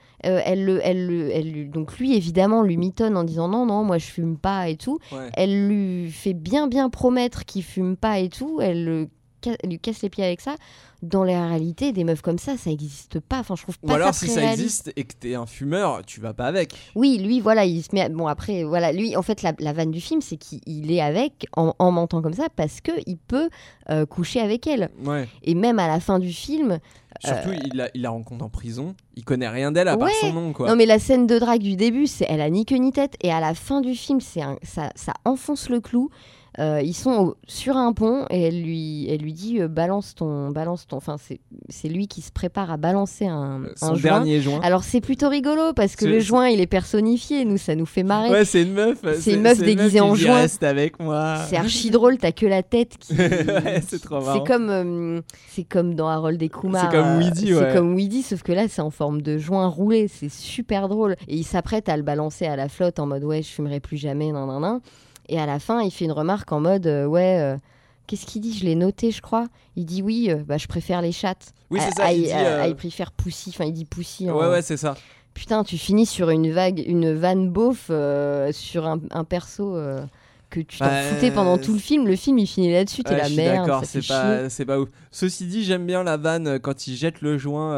G: Donc lui, évidemment, lui mitonne en disant non, moi je fume pas et tout. Ouais. Elle lui fait bien promettre qu'il fume pas et tout. Elle lui casse les pieds avec ça. Dans la réalité, des meufs comme ça n'existe pas. Enfin, je trouve pas.
F: Ou alors,
G: ça
F: si
G: très
F: ça
G: réaliste.
F: existe et que t'es un fumeur, tu vas pas avec.
G: Oui, lui, voilà, il se met. Bon, après, voilà, lui, en fait, la vanne du film, c'est qu'il est avec en mentant comme ça, parce que il peut coucher avec elle.
F: Ouais.
G: Et même à la fin du film.
F: Surtout, il la rencontre en prison. Il connaît rien d'elle à part son nom, quoi.
G: Non, mais la scène de drague du début, elle a ni queue ni tête. Et à la fin du film, ça enfonce le clou. Ils sont sur un pont et elle lui dit balance ton. Enfin, c'est lui qui se prépare à balancer
F: son
G: joint.
F: Dernier joint.
G: Alors c'est plutôt rigolo, parce que le joint il est personnifié, nous ça nous fait marrer.
F: Ouais, c'est une meuf.
G: C'est une meuf déguisée en joint.
F: Reste avec moi.
G: C'est archi drôle, t'as que la tête qui.
F: Ouais, c'est trop marrant.
G: C'est comme dans Harold et Kumar.
F: C'est comme Weedy,
G: C'est comme Weedy, sauf que là c'est en forme de joint roulé. C'est super drôle. Et il s'apprête à le balancer à la flotte en mode ouais, je fumerai plus jamais, nan. Et à la fin, il fait une remarque en mode qu'est-ce qu'il dit ? Je l'ai noté, je crois. Il dit oui, je préfère les chattes.
F: Oui, c'est ça.
G: Il préfère Pussy. Enfin, il dit Pussy.
F: Ouais, c'est ça.
G: Putain, tu finis sur une vanne beauf sur un perso que tu t'en foutais pendant tout le film. Le film, il finit là-dessus. T'es la merde.
F: D'accord, c'est pas ouf. Ceci dit, j'aime bien la vanne quand il jette le joint.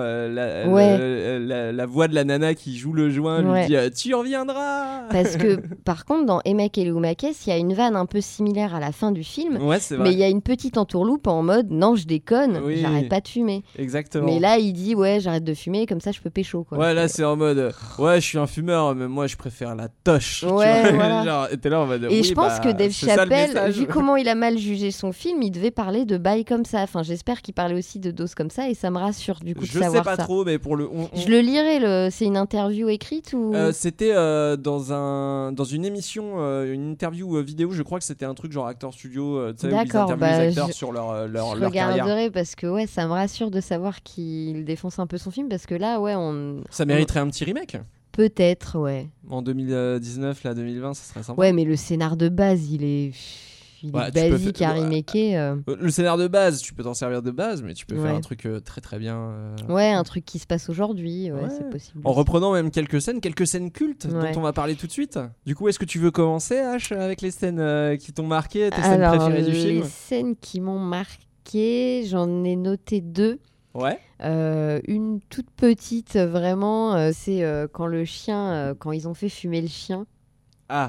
F: La voix de la nana qui joue le joint lui dit tu reviendras.
G: Parce que par contre, dans Emek et Oumakes, il y a une vanne un peu similaire à la fin du film.
F: Ouais, c'est vrai.
G: Mais il y a une petite entourloupe en mode non, je déconne, j'arrête pas de fumer.
F: Exactement.
G: Mais là, il dit j'arrête de fumer, comme ça je peux pécho, quoi.
F: Ouais, là c'est en mode je suis un fumeur, mais moi je préfère la toche.
G: Ouais, voilà.
F: Genre, t'es là en mode
G: et je pense que Dave Chappelle, vu comment il a mal jugé son film, il devait parler de bails comme ça. Enfin, j'espère qu'il parlait aussi de doses comme ça, et ça me rassure du coup de savoir ça.
F: Je sais pas trop, mais pour le.
G: Je le lirai. C'est une interview écrite ou
F: c'était dans une émission, une interview vidéo. Je crois que c'était un truc genre Acteur Studio.
G: D'accord.
F: Où ils interviewent les acteurs sur leur
G: carrière. Je regarderai parce que ça me rassure de savoir qu'il défonce un peu son film, parce que là,
F: ça mériterait un petit remake.
G: Peut-être, ouais.
F: En 2019, là, 2020, ça serait sympa.
G: Ouais, mais le scénar de base, il est basique à remaker.
F: Le scénar de base, tu peux t'en servir de base, mais tu peux faire un truc très très bien.
G: Ouais, un truc qui se passe aujourd'hui, c'est possible.
F: En reprenant même quelques scènes cultes dont on va parler tout de suite. Du coup, est-ce que tu veux commencer, H, avec les scènes qui t'ont marqué, tes scènes préférées du film ?
G: Les scènes qui m'ont marqué, j'en ai noté 2.
F: Ouais.
G: Une toute petite, vraiment, c'est quand le chien, quand ils ont fait fumer le chien.
F: Ah.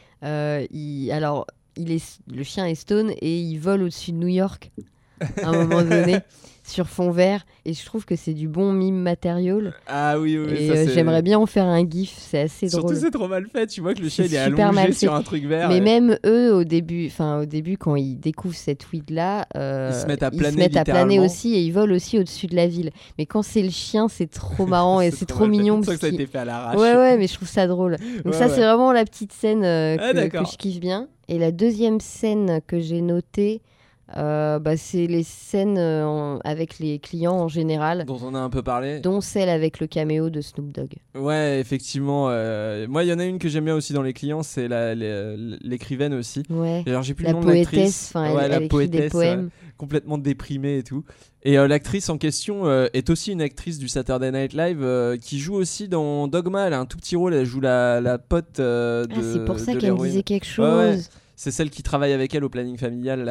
G: Le chien est stone et il vole au-dessus de New York à un moment donné sur fond vert, et je trouve que c'est du bon mime matériel.
F: Ah oui,
G: et ça, j'aimerais bien en faire un gif, c'est assez drôle.
F: Surtout c'est trop mal fait, tu vois que le chien il est allongé sur un truc vert.
G: Mais même eux au début quand ils découvrent cette weed là,
F: ils se mettent à
G: planer aussi, et ils volent aussi au-dessus de la ville. Mais quand c'est le chien, c'est trop marrant et c'est trop mignon.
F: C'est pour ça que ça a été fait à l'arrache.
G: Ouais, mais je trouve ça drôle. Donc c'est vraiment la petite scène que je kiffe bien. Et la deuxième scène que j'ai notée, c'est les scènes avec les clients en général,
F: dont on a un peu parlé,
G: dont celle avec le caméo de Snoop Dogg.
F: Ouais, effectivement. Moi, il y en a une que j'aime bien aussi dans les clients, c'est l'écrivaine aussi.
G: Ouais.
F: Alors, j'ai plus
G: la
F: le nom de
G: l'actrice. Elle écrit des poèmes.
F: Complètement déprimée et tout. Et l'actrice en question est aussi une actrice du Saturday Night Live qui joue aussi dans Dogma. Elle a un tout petit rôle, elle joue la pote de.
G: Ah, c'est pour ça qu'elle me disait quelque chose.
F: Ouais. C'est celle qui travaille avec elle au planning familial,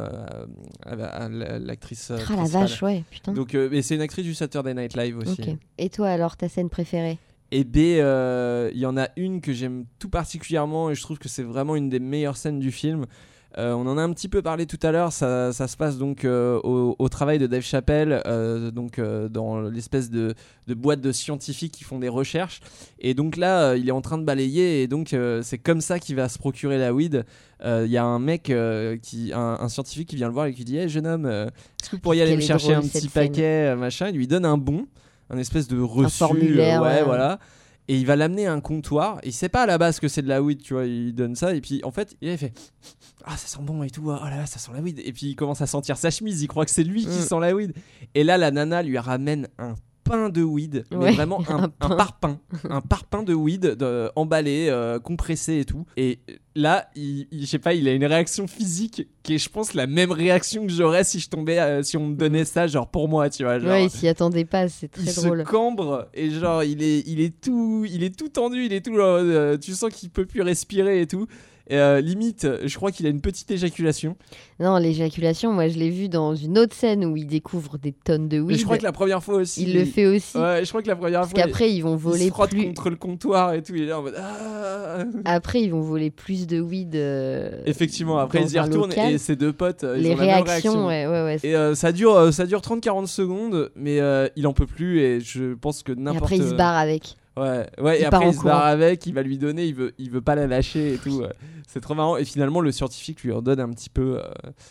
F: l'actrice.
G: Ah la vache, ouais, putain.
F: Donc, et c'est une actrice du Saturday Night Live aussi.
G: Okay. Et toi alors, ta scène préférée ?
F: Et B, il y en a une que j'aime tout particulièrement et je trouve que c'est vraiment une des meilleures scènes du film. On en a un petit peu parlé tout à l'heure, ça se passe donc au travail de Dave Chappelle, dans l'espèce de boîte de scientifiques qui font des recherches. Et donc là, il est en train de balayer et donc c'est comme ça qu'il va se procurer la weed. Il y a un mec, un scientifique qui vient le voir et qui dit « Hey jeune homme, est-ce que vous pourriez aller me chercher un petit paquet, machin ?» Il lui donne un bon, un espèce de reçu.
G: Un formulaire.
F: Voilà. Et il va l'amener à un comptoir. Et il sait pas à la base que c'est de la weed, tu vois. Il donne ça. Et puis, en fait, il fait ah, ça sent bon et tout. Oh là là, ça sent la weed. Et puis, il commence à sentir sa chemise. Il croit que c'est lui qui sent la weed. Et là, la nana lui ramène un pain de weed. Mais vraiment un parpaing. Un parpaing de weed emballé, compressé et tout. Et là, je sais pas, il a une réaction physique qui est, je pense, la même réaction que j'aurais si on me donnait ça, genre pour moi, tu vois. Genre,
G: ouais, il s'y attendait pas, c'est très drôle.
F: Il se cambre et genre, il est tout tendu, il est tout, tu sens qu'il peut plus respirer et tout. Limite, je crois qu'il a une petite éjaculation.
G: Non, l'éjaculation, moi je l'ai vu dans une autre scène où il découvre des tonnes de weed.
F: Mais je crois que la première fois aussi.
G: Il le fait aussi.
F: Ouais, je crois que la première fois.
G: Parce qu'après, ils vont voler.
F: Il se frotte contre le comptoir et tout. Il est là en mode. Ah.
G: Après, ils vont voler plus de weed.
F: Effectivement, après ils y retournent et ses deux potes.
G: Les
F: ils ont
G: réactions,
F: la même réaction.
G: ouais.
F: Et ça dure 30-40 secondes, mais il en peut plus et je pense que n'importe.
G: Et après, il se barre avec.
F: Ouais, et après il se barre avec, il va lui donner, il veut pas la lâcher et tout. C'est trop marrant. Et finalement, le scientifique lui en donne un petit peu.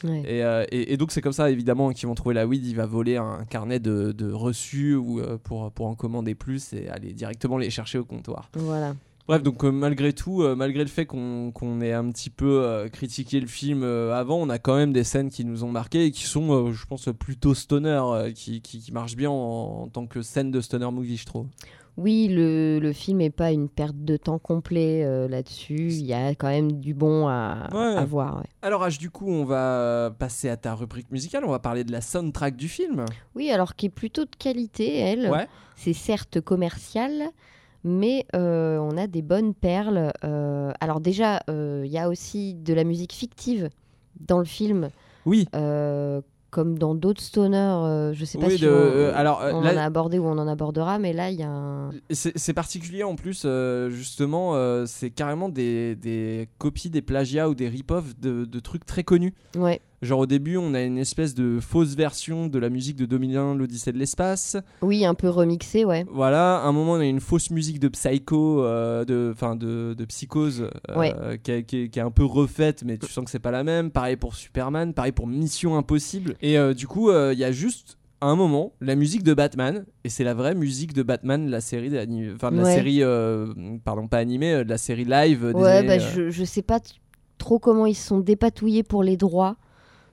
F: Et donc, c'est comme ça, évidemment, qu'ils vont trouver la weed. Il va voler un carnet de reçus ou, pour en commander plus et aller directement les chercher au comptoir.
G: Voilà.
F: Bref, donc malgré tout, malgré le fait qu'on ait un petit peu critiqué le film avant, on a quand même des scènes qui nous ont marqué et qui sont, je pense, plutôt stoner, qui marchent bien en tant que scène de stoner movie, je trouve.
G: Oui, le film n'est pas une perte de temps complet là-dessus. Il y a quand même du bon à voir. Ouais.
F: Alors, H, du coup, on va passer à ta rubrique musicale. On va parler de la soundtrack du film.
G: Oui, alors qui est plutôt de qualité, elle.
F: Ouais.
G: C'est certes commercial, mais on a des bonnes perles. Alors déjà, il y a aussi de la musique fictive dans le film.
F: Oui.
G: Comme dans d'autres stoners, je sais pas si on en a abordé ou on en abordera, mais là il y a un...
F: C'est particulier en plus, justement, c'est carrément des copies, des plagiats ou des rip-offs de trucs très connus.
G: Ouais.
F: Genre au début, on a une espèce de fausse version de la musique de 2001, l'Odyssée de l'espace.
G: Oui, un peu remixée, ouais.
F: Voilà, à un moment, on a une fausse musique de Psycho, de Psychose, qui est un peu refaite, mais tu sens que c'est pas la même. Pareil pour Superman, pareil pour Mission Impossible. Et du coup, il y a juste à un moment la musique de Batman, et c'est la vraie musique de Batman, la série, la série, pas animée, de la série live.
G: Ouais, je sais pas trop comment ils se sont dépatouillés pour les droits.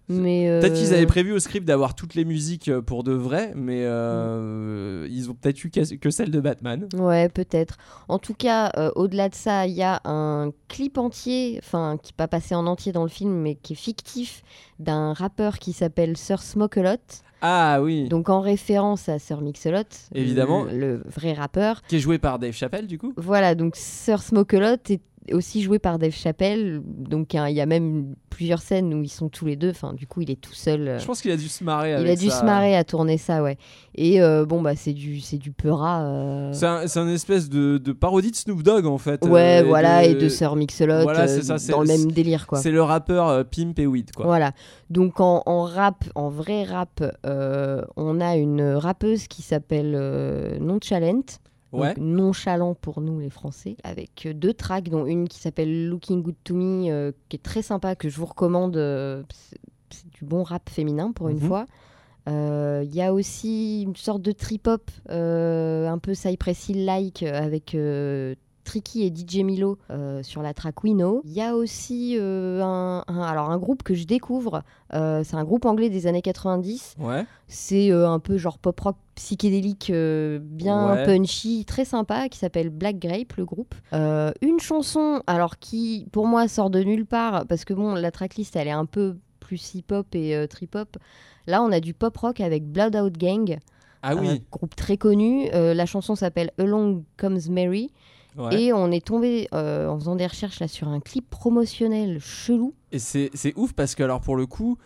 G: Mais
F: peut-être qu'ils avaient prévu au script d'avoir toutes les musiques pour de vrai, mais ils ont peut-être eu que celle de Batman.
G: Ouais, peut-être. En tout cas, au-delà de ça, il y a un clip entier, enfin qui n'est pas passé en entier dans le film, mais qui est fictif, d'un rappeur qui s'appelle Sir Smoke-A-Lot.
F: Ah oui.
G: Donc en référence à Sir Mix-a-Lot,
F: évidemment,
G: le vrai rappeur.
F: Qui est joué par Dave Chappelle du coup.
G: Voilà, donc Sir Smoke-A-Lot est aussi joué par Dave Chappelle. Donc il y a même plusieurs scènes où ils sont tous les deux. Enfin, du coup, il est tout seul.
F: Je pense qu'il a dû se marrer avec ça.
G: Il a dû se marrer à tourner ça, ouais. Et c'est du peura.
F: C'est un espèce de parodie de Snoop Dogg en fait.
G: Ouais, voilà, et de Sir Mix-a-Lot,
F: voilà, c'est ça,
G: dans le même délire, quoi.
F: C'est le rappeur Pimp et Weed, quoi.
G: Voilà. Donc en rap, en vrai rap, on a une rappeuse qui s'appelle Nonchalant.
F: Ouais.
G: Nonchalant pour nous les Français, avec 2 tracks, dont une qui s'appelle Looking Good to Me, qui est très sympa, que je vous recommande. C'est du bon rap féminin pour une fois. Il y a aussi une sorte de trip-hop, un peu Cypress Hill-like, avec Tricky et DJ Milo sur la track We Know. Il y a aussi un groupe que je découvre, c'est un groupe anglais des années 90.
F: Ouais.
G: C'est un peu genre pop-rock psychédélique, bien punchy, très sympa, qui s'appelle Black Grape, le groupe. Une chanson, alors qui pour moi sort de nulle part, parce que bon, la tracklist elle est un peu plus hip-hop et trip-hop. Là on a du pop-rock avec Blood Out Gang, groupe très connu. La chanson s'appelle Along Comes Mary. Ouais. Et on est tombé en faisant des recherches là sur un clip promotionnel chelou.
F: Et c'est ouf parce que alors pour le coup,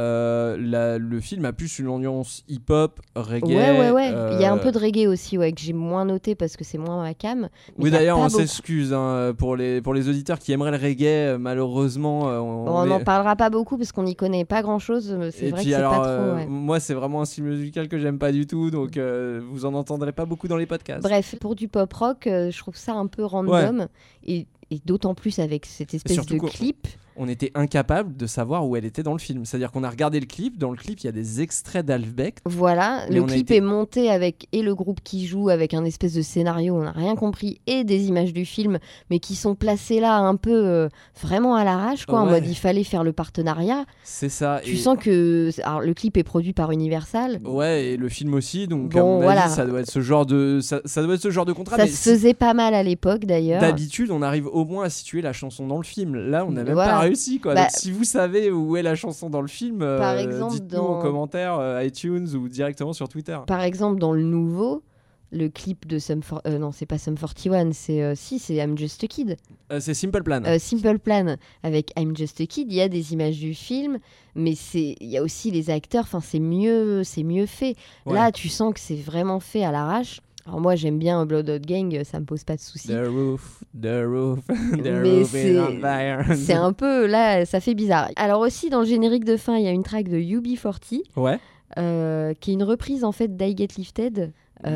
F: le film a plus une ambiance hip-hop, reggae.
G: Ouais. Il y a un peu de reggae aussi, que j'ai moins noté parce que c'est moins ma cam.
F: Oui, d'ailleurs, on s'excuse pour les auditeurs qui aimeraient le reggae. Malheureusement,
G: on n'en parlera pas beaucoup parce qu'on n'y connaît pas grand-chose. C'est vrai que c'est pas trop.
F: Moi, c'est vraiment un style musical que j'aime pas du tout, donc vous en entendrez pas beaucoup dans les podcasts.
G: Bref, pour du pop-rock, je trouve ça un peu random. Et d'autant plus avec cette espèce de clip.
F: On était incapable de savoir où elle était dans le film. C'est-à-dire qu'on a regardé le clip. Dans le clip, il y a des extraits d'Alf Beck.
G: Voilà, le clip est monté avec le groupe qui joue, avec un espèce de scénario, on n'a rien compris, et des images du film, mais qui sont placées là un peu vraiment à l'arrache, quoi, en mode il fallait faire le partenariat.
F: C'est ça.
G: Tu sens que le clip est produit par Universal.
F: Ouais, et le film aussi. Donc à mon avis, ça doit être ce genre de contrat.
G: Ça se faisait pas mal à l'époque d'ailleurs.
F: D'habitude, on arrive au moins à situer la chanson dans le film. Là, on n'a même pas réussi, quoi. Donc, si vous savez où est la chanson dans le film, par exemple, dites-nous en commentaire iTunes ou directement sur Twitter.
G: Par exemple, dans le nouveau, le clip de non, c'est pas Sum 41, c'est I'm Just a Kid.
F: C'est Simple Plan.
G: Simple Plan avec I'm Just a Kid. Il y a des images du film, mais il y a aussi les acteurs. Enfin, c'est mieux fait. Ouais. Là, tu sens que c'est vraiment fait à l'arrache. Alors moi j'aime bien Blood Out Gang, ça me pose pas de soucis.
F: The roof
G: mais
F: roof is on fire.
G: C'est un peu, là ça fait bizarre. Alors aussi dans le générique de fin il y a une track de UB40 qui est une reprise en fait d'I Get Lifted,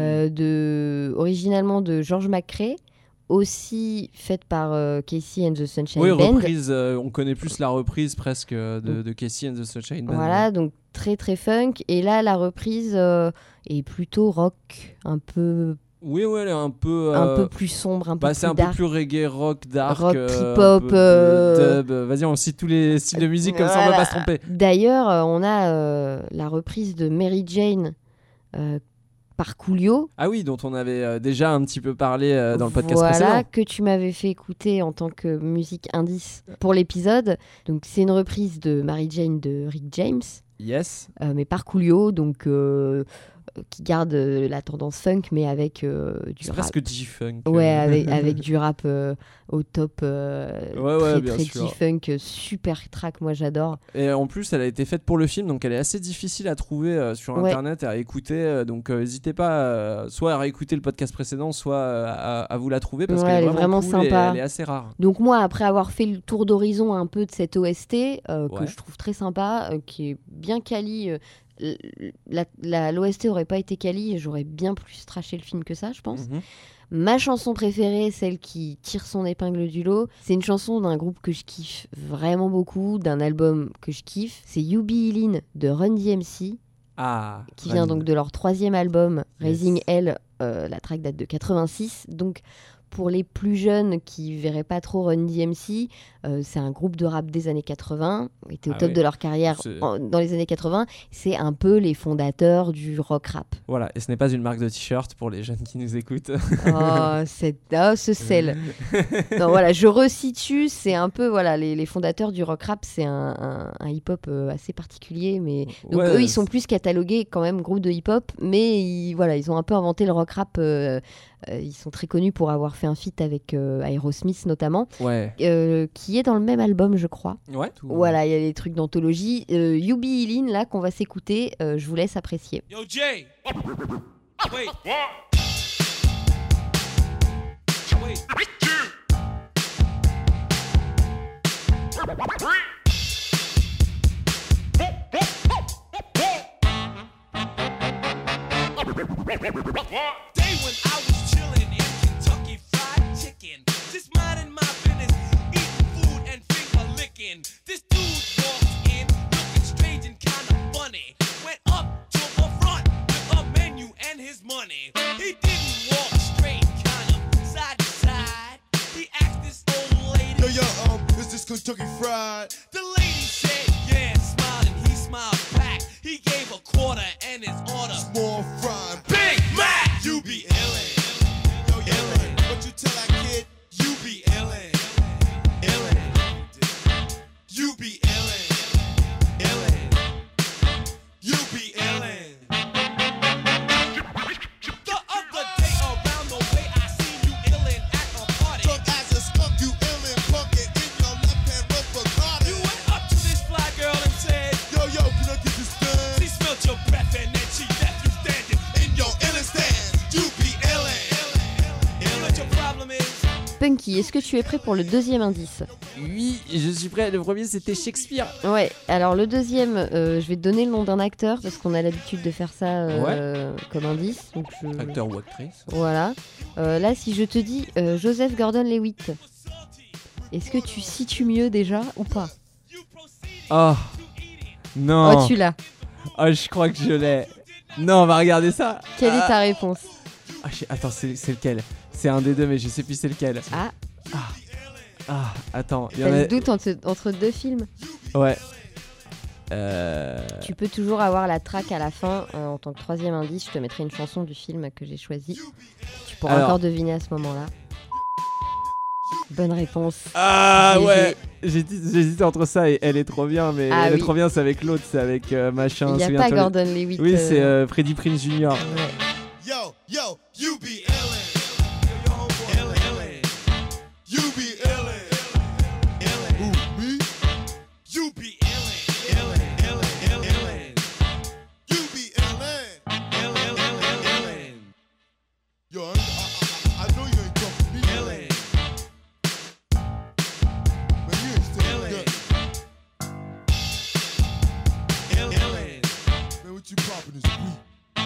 G: originalement de George McRae, aussi faite par Casey and the Sunshine Band.
F: Oui, reprise, on connaît plus la reprise presque de Casey and the Sunshine Band.
G: Voilà, donc très très funk. Et là, la reprise est plutôt rock, un peu...
F: Oui, elle est un peu
G: plus sombre, un peu plus
F: c'est un
G: dark.
F: peu plus reggae, rock, dark,
G: rock, trip-hop,
F: dub. Vas-y, on cite tous les styles de musique comme ça on va pas se tromper.
G: D'ailleurs, on a la reprise de Mary Jane par Coolio.
F: Ah oui, dont on avait déjà un petit peu parlé dans le podcast précédent.
G: Voilà, que tu m'avais fait écouter en tant que musique indice pour l'épisode. Donc c'est une reprise de Mary Jane de Rick James.
F: Yes.
G: Mais par Coolio, donc qui garde la tendance funk, mais avec du rap.
F: C'est presque G-funk.
G: Ouais, avec du rap au top, très G-funk, super track, moi j'adore.
F: Et en plus, elle a été faite pour le film, donc elle est assez difficile à trouver sur Internet et à écouter. Donc n'hésitez pas soit à réécouter le podcast précédent, soit à vous la trouver, parce qu'elle est vraiment cool sympa. Et elle est assez rare.
G: Donc moi, après avoir fait le tour d'horizon un peu de cette OST, que je trouve très sympa, qui est bien quali... l'OST aurait pas été quali, j'aurais bien plus trashé le film que ça, je pense. Ma chanson préférée, celle qui tire son épingle du lot, c'est une chanson d'un groupe que je kiffe vraiment beaucoup, d'un album que je kiffe, c'est You Be Illin de Run DMC, qui vient donc de leur 3e album, Raising Hell. La track date de 86, donc pour les plus jeunes qui verraient pas trop Run DMC, c'est un groupe de rap des années 80, était au top de leur carrière dans les années 80. C'est un peu les fondateurs du rock rap.
F: Voilà, et ce n'est pas une marque de t-shirt pour les jeunes qui nous écoutent.
G: Ce sel. Non, voilà, je resitue, c'est un peu les fondateurs du rock rap, c'est un hip-hop assez particulier, mais donc eux ils sont plus catalogués quand même groupe de hip-hop, mais ils ont un peu inventé le rock rap. Ils sont très connus pour avoir fait un feat avec Aerosmith notamment, qui est dans le même album, je crois.
F: Ouais.
G: Voilà, il y a des trucs d'anthologie. You Be Illin, là, qu'on va s'écouter, je vous laisse apprécier.
K: Yo, Jay! Wait. Day when I was chillin' in Kentucky Fried Chicken, just minding my business, eating food and finger licking. This dude walked in, looking strange and kinda funny. Went up to the front with a menu and his money. He didn't walk straight, kind of side to side. He asked this old lady, Yo, is this Kentucky Fried? The lady said, yeah, smiling. He smiled back. He gave a quarter and his order, small fry, Big Mac. You be illin', yo, illin'. What you tell that kid? You be illin', illin'. You be illin', illin'. You be illin'. The other day around the way I seen you illin' at a party. Drunk as a skunk, you illin', punkin' in your left hand with Bacardi. You went up to this fly girl and said, Yo, can I get this done? She smelled your breath and then she left you standing in your illin' stance. You be illin'. You know what your problem is?
G: Punky, est-ce que tu es prêt pour le deuxième indice?
F: Oui, je suis prêt. Le premier, c'était Shakespeare.
G: Ouais, alors le deuxième, je vais te donner le nom d'un acteur parce qu'on a l'habitude de faire ça comme indice. Donc
F: acteur ou actrice.
G: Voilà. Là, si je te dis Joseph Gordon-Levitt, est-ce que tu situes mieux déjà ou pas?
F: Oh, non.
G: Oh, tu l'as.
F: Oh, je crois que je l'ai. Non, on va regarder ça.
G: Quelle est ta réponse?
F: Attends, c'est lequel? C'est un des deux, mais je sais plus c'est lequel. Attends.
G: T'as le doute entre deux films?
F: Ouais.
G: Tu peux toujours avoir la track à la fin. En tant que troisième indice, je te mettrai une chanson du film que j'ai choisi. Tu pourras encore deviner à ce moment-là. Bonne réponse.
F: Ouais. J'hésitais entre ça et Elle est trop bien, mais Elle est trop bien, c'est avec l'autre, c'est avec machin.
G: Il n'y a pas Gordon-Levitt.
F: Oui, c'est Freddie Prinze Jr.
G: Ouais.
K: Yo, you be illin'. You be illin'. Who, me? You be illin'. You be illin'. Yo, I know you ain't talking to me. Illin'. Man, you ain't still illin'. Man, what you poppin' is weak.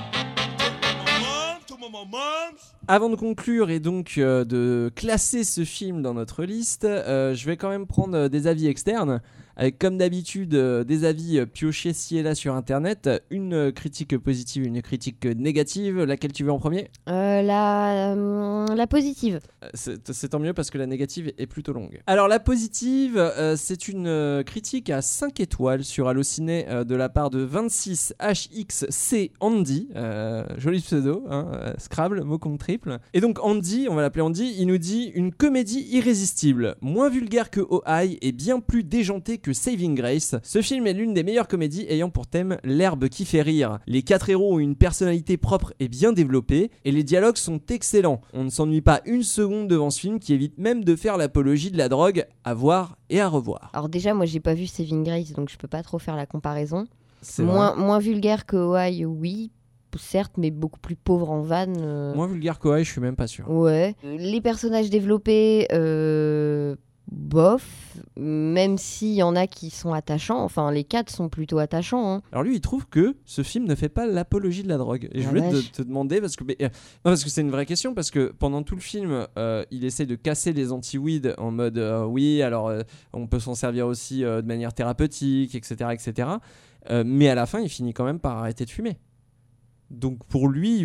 F: Avant de conclure et donc de classer ce film dans notre liste, je vais quand même prendre des avis externes, avec comme d'habitude des avis piochés ci et là sur internet, une critique positive, une critique négative. Laquelle tu veux en premier?
G: La positive.
F: C'est tant mieux parce que la négative est plutôt longue. Alors la positive, c'est une critique à 5 étoiles sur Allociné de la part de 26HXC Andy, joli pseudo, Scrabble, mot compte triple. Et donc Andy, on va l'appeler Andy, il nous dit une comédie irrésistible, moins vulgaire que OI et bien plus déjantée que Saving Grace. Ce film est l'une des meilleures comédies ayant pour thème l'herbe qui fait rire. Les 4 héros ont une personnalité propre et bien développée et les dialogues sont excellents. On ne s'ennuie pas une seconde devant ce film qui évite même de faire l'apologie de la drogue à voir et à revoir.
G: Alors déjà, moi j'ai pas vu Saving Grace donc je peux pas trop faire la comparaison.
F: C'est
G: moins vulgaire que OI, oui. Certes, mais beaucoup plus pauvre en vannes.
F: Moins vulgaire qu'OI, je suis même pas sûr.
G: Ouais. Les personnages développés, bof, même s'il y en a qui sont attachants. Enfin, les 4 sont plutôt attachants. Hein.
F: Alors lui, il trouve que ce film ne fait pas l'apologie de la drogue. Et je voulais te demander, parce que c'est une vraie question, parce que pendant tout le film, il essaie de casser les anti-weed en mode oui, alors on peut s'en servir aussi de manière thérapeutique, etc. Mais à la fin, il finit quand même par arrêter de fumer. Donc pour lui,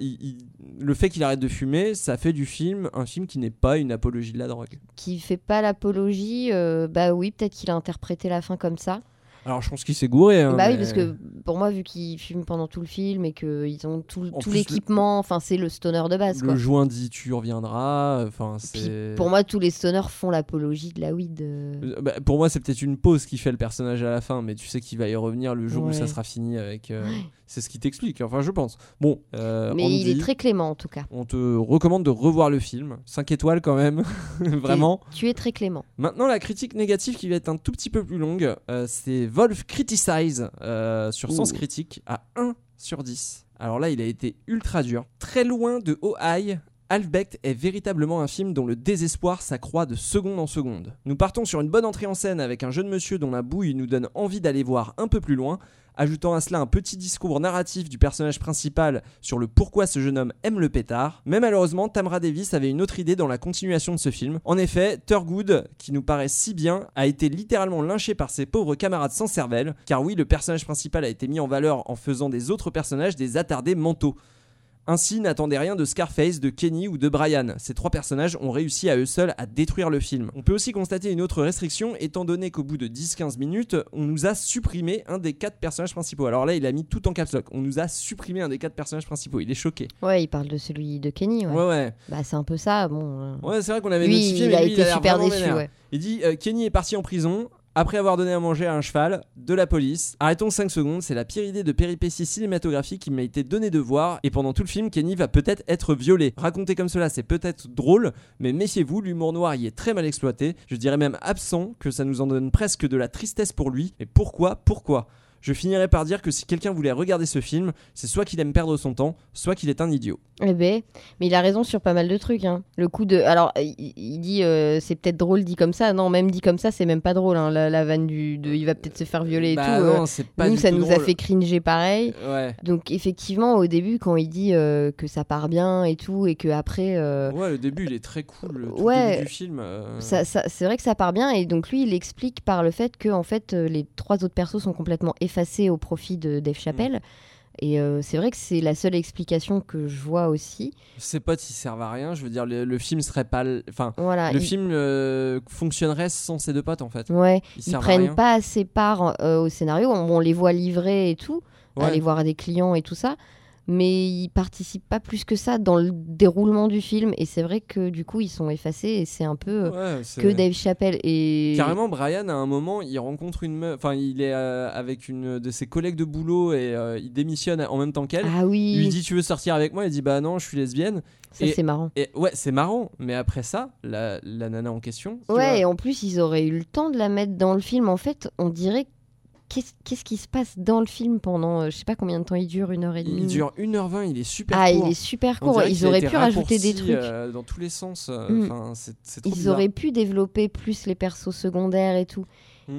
F: le fait qu'il arrête de fumer, ça fait du film un film qui n'est pas une apologie de la drogue.
G: Qui fait pas l'apologie, bah oui, peut-être qu'il a interprété la fin comme ça.
F: Alors je pense qu'il s'est gouré. Hein,
G: bah oui, parce que pour moi, vu qu'ils fument pendant tout le film et qu'ils ont tout l'équipement, enfin c'est le stoner de base.
F: Le joint dit tu reviendras. Enfin c'est.
G: Pour moi, tous les stoners font l'apologie de la weed.
F: Pour moi, c'est peut-être une pause qui fait le personnage à la fin, mais tu sais qu'il va y revenir le jour où ça sera fini avec. C'est ce qui t'explique. Enfin, je pense. Bon.
G: Mais il est très clément en tout cas.
F: On te recommande de revoir le film. 5 étoiles quand même. Vraiment.
G: Tu es très clément.
F: Maintenant, la critique négative qui va être un tout petit peu plus longue, c'est Wolf Criticize sur Sens Critique à 1 sur 10. Alors là, il a été ultra dur. Très loin de Oh-Hi, Half-Baked est véritablement un film dont le désespoir s'accroît de seconde en seconde. Nous partons sur une bonne entrée en scène avec un jeune monsieur dont la bouille nous donne envie d'aller voir un peu plus loin, ajoutant à cela un petit discours narratif du personnage principal sur le pourquoi ce jeune homme aime le pétard. Mais malheureusement, Tamra Davis avait une autre idée dans la continuation de ce film. En effet, Thurgood, qui nous paraît si bien, a été littéralement lynché par ses pauvres camarades sans cervelle, car oui, le personnage principal a été mis en valeur en faisant des autres personnages des attardés mentaux. Ainsi, n'attendez rien de Scarface, de Kenny ou de Brian. Ces 3 personnages ont réussi à eux seuls à détruire le film. On peut aussi constater une autre restriction, étant donné qu'au bout de 10-15 minutes, on nous a supprimé un des 4 personnages principaux. Alors là, il a mis tout en caps lock. On nous a supprimé un des 4 personnages principaux. Il est choqué.
G: Ouais, il parle de celui de Kenny.
F: Ouais.
G: Bah, c'est un peu ça. Bon.
F: Ouais, c'est vrai qu'on avait
G: lui,
F: notifié,
G: il
F: mais
G: a
F: lui,
G: été
F: il a
G: super déçu.
F: vénère.
G: Ouais.
F: Il dit Kenny est parti en prison. Après avoir donné à manger à un cheval, de la police. Arrêtons 5 secondes, c'est la pire idée de péripétie cinématographique qui m'a été donnée de voir, et pendant tout le film, Kenny va peut-être être violé. Raconté comme cela, c'est peut-être drôle, mais méfiez-vous, l'humour noir y est très mal exploité, je dirais même absent, que ça nous en donne presque de la tristesse pour lui. Et pourquoi ? Je finirai par dire que si quelqu'un voulait regarder ce film, c'est soit qu'il aime perdre son temps, soit qu'il est un idiot.
G: Eh ben, mais il a raison sur pas mal de trucs. Hein. Le coup de, alors il dit c'est peut-être drôle dit comme ça. Non, même dit comme ça, c'est même pas drôle. Hein. La vanne il va peut-être se faire violer et tout.
F: Non, c'est pas
G: nous,
F: du
G: ça
F: tout
G: nous
F: drôle.
G: a fait cringer pareil.
F: Ouais.
G: Donc effectivement, au début, quand il dit que ça part bien et tout, et que après.
F: Ouais, le début il est très cool. Tout
G: ouais.
F: le début du film.
G: Ça, c'est vrai que ça part bien, et donc lui, il explique par le fait que en fait, les 3 autres persos sont complètement effacés au profit de Dave Chappelle. Et c'est vrai que c'est la seule explication que je vois aussi.
F: Ses potes ils servent à rien, je veux dire le film serait pas
G: voilà,
F: le film fonctionnerait sans ces 2 potes en fait.
G: Ouais, ils prennent pas assez part au scénario, on les voit livrer et tout, aller voir des clients et tout ça, mais ils participent pas plus que ça dans le déroulement du film, et c'est vrai que du coup ils sont effacés, et c'est un peu que Dave Chappelle. Et
F: carrément, Brian à un moment il rencontre une meuf, enfin il est avec une de ses collègues de boulot, et il démissionne en même temps qu'elle.
G: Ah oui.
F: Il lui dit tu veux sortir avec moi, il dit bah non je suis lesbienne.
G: Ça, c'est marrant.
F: Et ouais, c'est marrant, mais après ça, la nana en question.
G: Ouais, et en plus ils auraient eu le temps de la mettre dans le film. En fait, on dirait qu'est-ce qui se passe dans le film pendant je sais pas combien de temps il dure, 1h30. Il
F: dure 1h20, il est super court.
G: Il est super court. Ils auraient pu rajouter des trucs
F: dans tous les sens. C'est trop
G: Ils
F: bizarre.
G: auraient pu développer plus les persos secondaires et tout.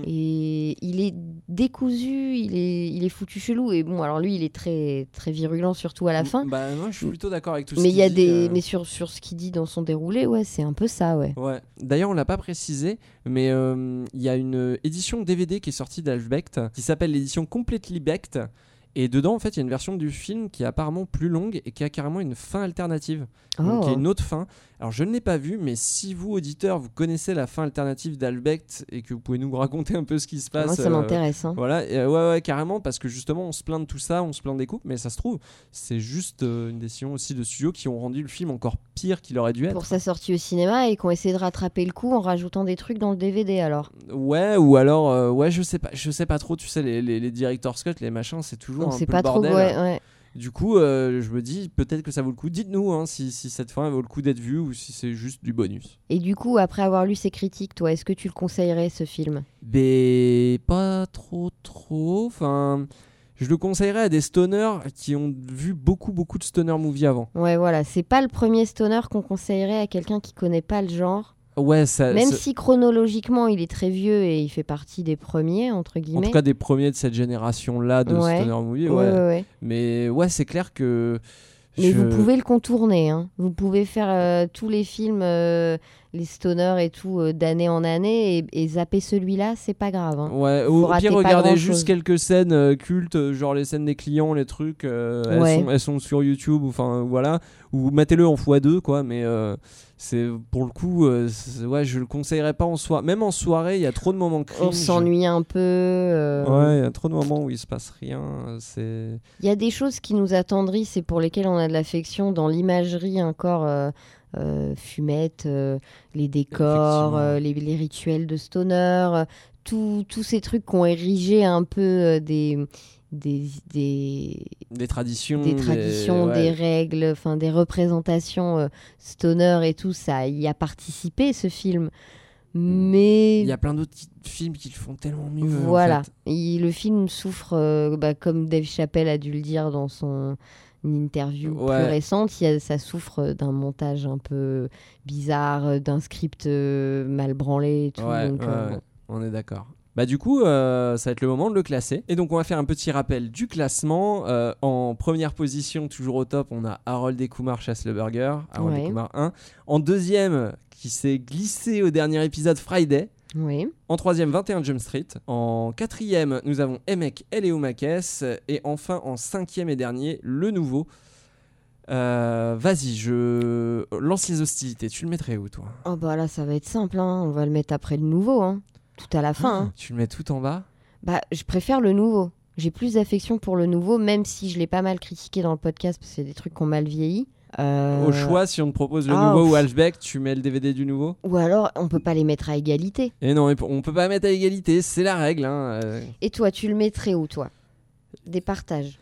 G: Et il est décousu, il est foutu chelou. Et bon, alors lui, il est très très virulent, surtout à la fin.
F: Bah moi, je suis plutôt d'accord avec tout ce
G: mais
F: qu'il dit.
G: Mais sur ce qu'il dit dans son déroulé, ouais, c'est un peu ça, ouais.
F: D'ailleurs, on l'a pas précisé, mais il y a une édition DVD qui est sortie d'Half-Baked qui s'appelle l'édition Completely Baked. Et dedans, en fait, il y a une version du film qui est apparemment plus longue et qui a carrément une fin alternative. Donc, il y a une autre fin. Alors, je ne l'ai pas vue, mais si vous, auditeurs, vous connaissez la fin alternative d'Half-Baked et que vous pouvez nous raconter un peu ce qui se passe.
G: Moi, ça m'intéresse. Hein.
F: Voilà, ouais, carrément, parce que justement, on se plaint de tout ça, on se plaint des coupes, mais ça se trouve, c'est juste une décision aussi de studio qui ont rendu le film encore pire qu'il aurait dû être.
G: Pour sa sortie au cinéma, et qui ont essayé de rattraper le coup en rajoutant des trucs dans le DVD, alors.
F: Ouais, ou alors, je sais pas trop, tu sais, les director's cut, les machins, c'est toujours un peu
G: pas
F: le bordel.
G: Trop, ouais.
F: Du coup, je me dis peut-être que ça vaut le coup. Dites-nous si cette fin vaut le coup d'être vue ou si c'est juste du bonus.
G: Et du coup, après avoir lu ces critiques, toi, est-ce que tu le conseillerais, ce film ?
F: Mais pas trop. Enfin, je le conseillerais à des stoners qui ont vu beaucoup de stoner movies avant.
G: Ouais, voilà. C'est pas le premier stoner qu'on conseillerait à quelqu'un qui connaît pas le genre.
F: Ouais,
G: même si chronologiquement il est très vieux et il fait partie des premiers, entre guillemets.
F: En tout cas, des premiers de cette génération-là de stoner movie. Ouais. Mais ouais, c'est clair que
G: Mais vous pouvez le contourner. Hein. Vous pouvez faire tous les films, les stoners et tout, d'année en année et zapper celui-là, c'est pas grave. Hein.
F: Ouais, au pire, regardez juste quelques scènes cultes, genre les scènes des clients, les trucs. Elles sont sur YouTube, enfin voilà. Ou mettez-le en x2, quoi. Mais c'est pour le coup, je le conseillerais pas en soirée. Même en soirée, il y a trop de moments cringe.
G: On s'ennuie un peu.
F: Ouais, il y a trop de moments où il se passe rien. Il
G: y a des choses qui nous attendrissent et pour lesquelles on a de l'affection dans l'imagerie encore. Fumette, les décors, les rituels de stoner, tous ces trucs qui ont érigé un peu des
F: traditions,
G: des règles, enfin des représentations stoner et tout, ça y a participé ce film. Mais
F: il y a plein d'autres films qui le font tellement mieux.
G: Voilà,
F: en fait.
G: Le film souffre, comme Dave Chappelle a dû le dire dans son interview plus récente, ça souffre d'un montage un peu bizarre, d'un script mal branlé et tout. Donc,
F: on est d'accord. Bah du coup, ça va être le moment de le classer. Et donc on va faire un petit rappel du classement. En première position, toujours au top, on a Harold et Kumar chassent le burger. Harold et Kumar 1. En deuxième, qui s'est glissé au dernier épisode, Friday.
G: Oui.
F: En troisième, 21 Jump Street. En quatrième, nous avons Emek et Léo Makes. Et enfin, en cinquième et dernier, le nouveau. Vas-y, je lance les hostilités. Tu le mettrais où, toi ?
G: Oh bah là, ça va être simple. Hein. On va le mettre après le nouveau. Hein. Tout à la fin. Hein.
F: Tu le mets tout en bas ?
G: Bah, je préfère le nouveau. J'ai plus d'affection pour le nouveau, même si je l'ai pas mal critiqué dans le podcast parce que c'est des trucs qui ont mal vieilli.
F: Au choix, si on te propose le nouveau ou Ashbeck, tu mets le DVD du nouveau ?
G: Ou alors, on peut pas les mettre à égalité.
F: Et non, on peut pas mettre à égalité, c'est la règle. Hein.
G: Et toi, tu le mettrais où, toi ? Des partages.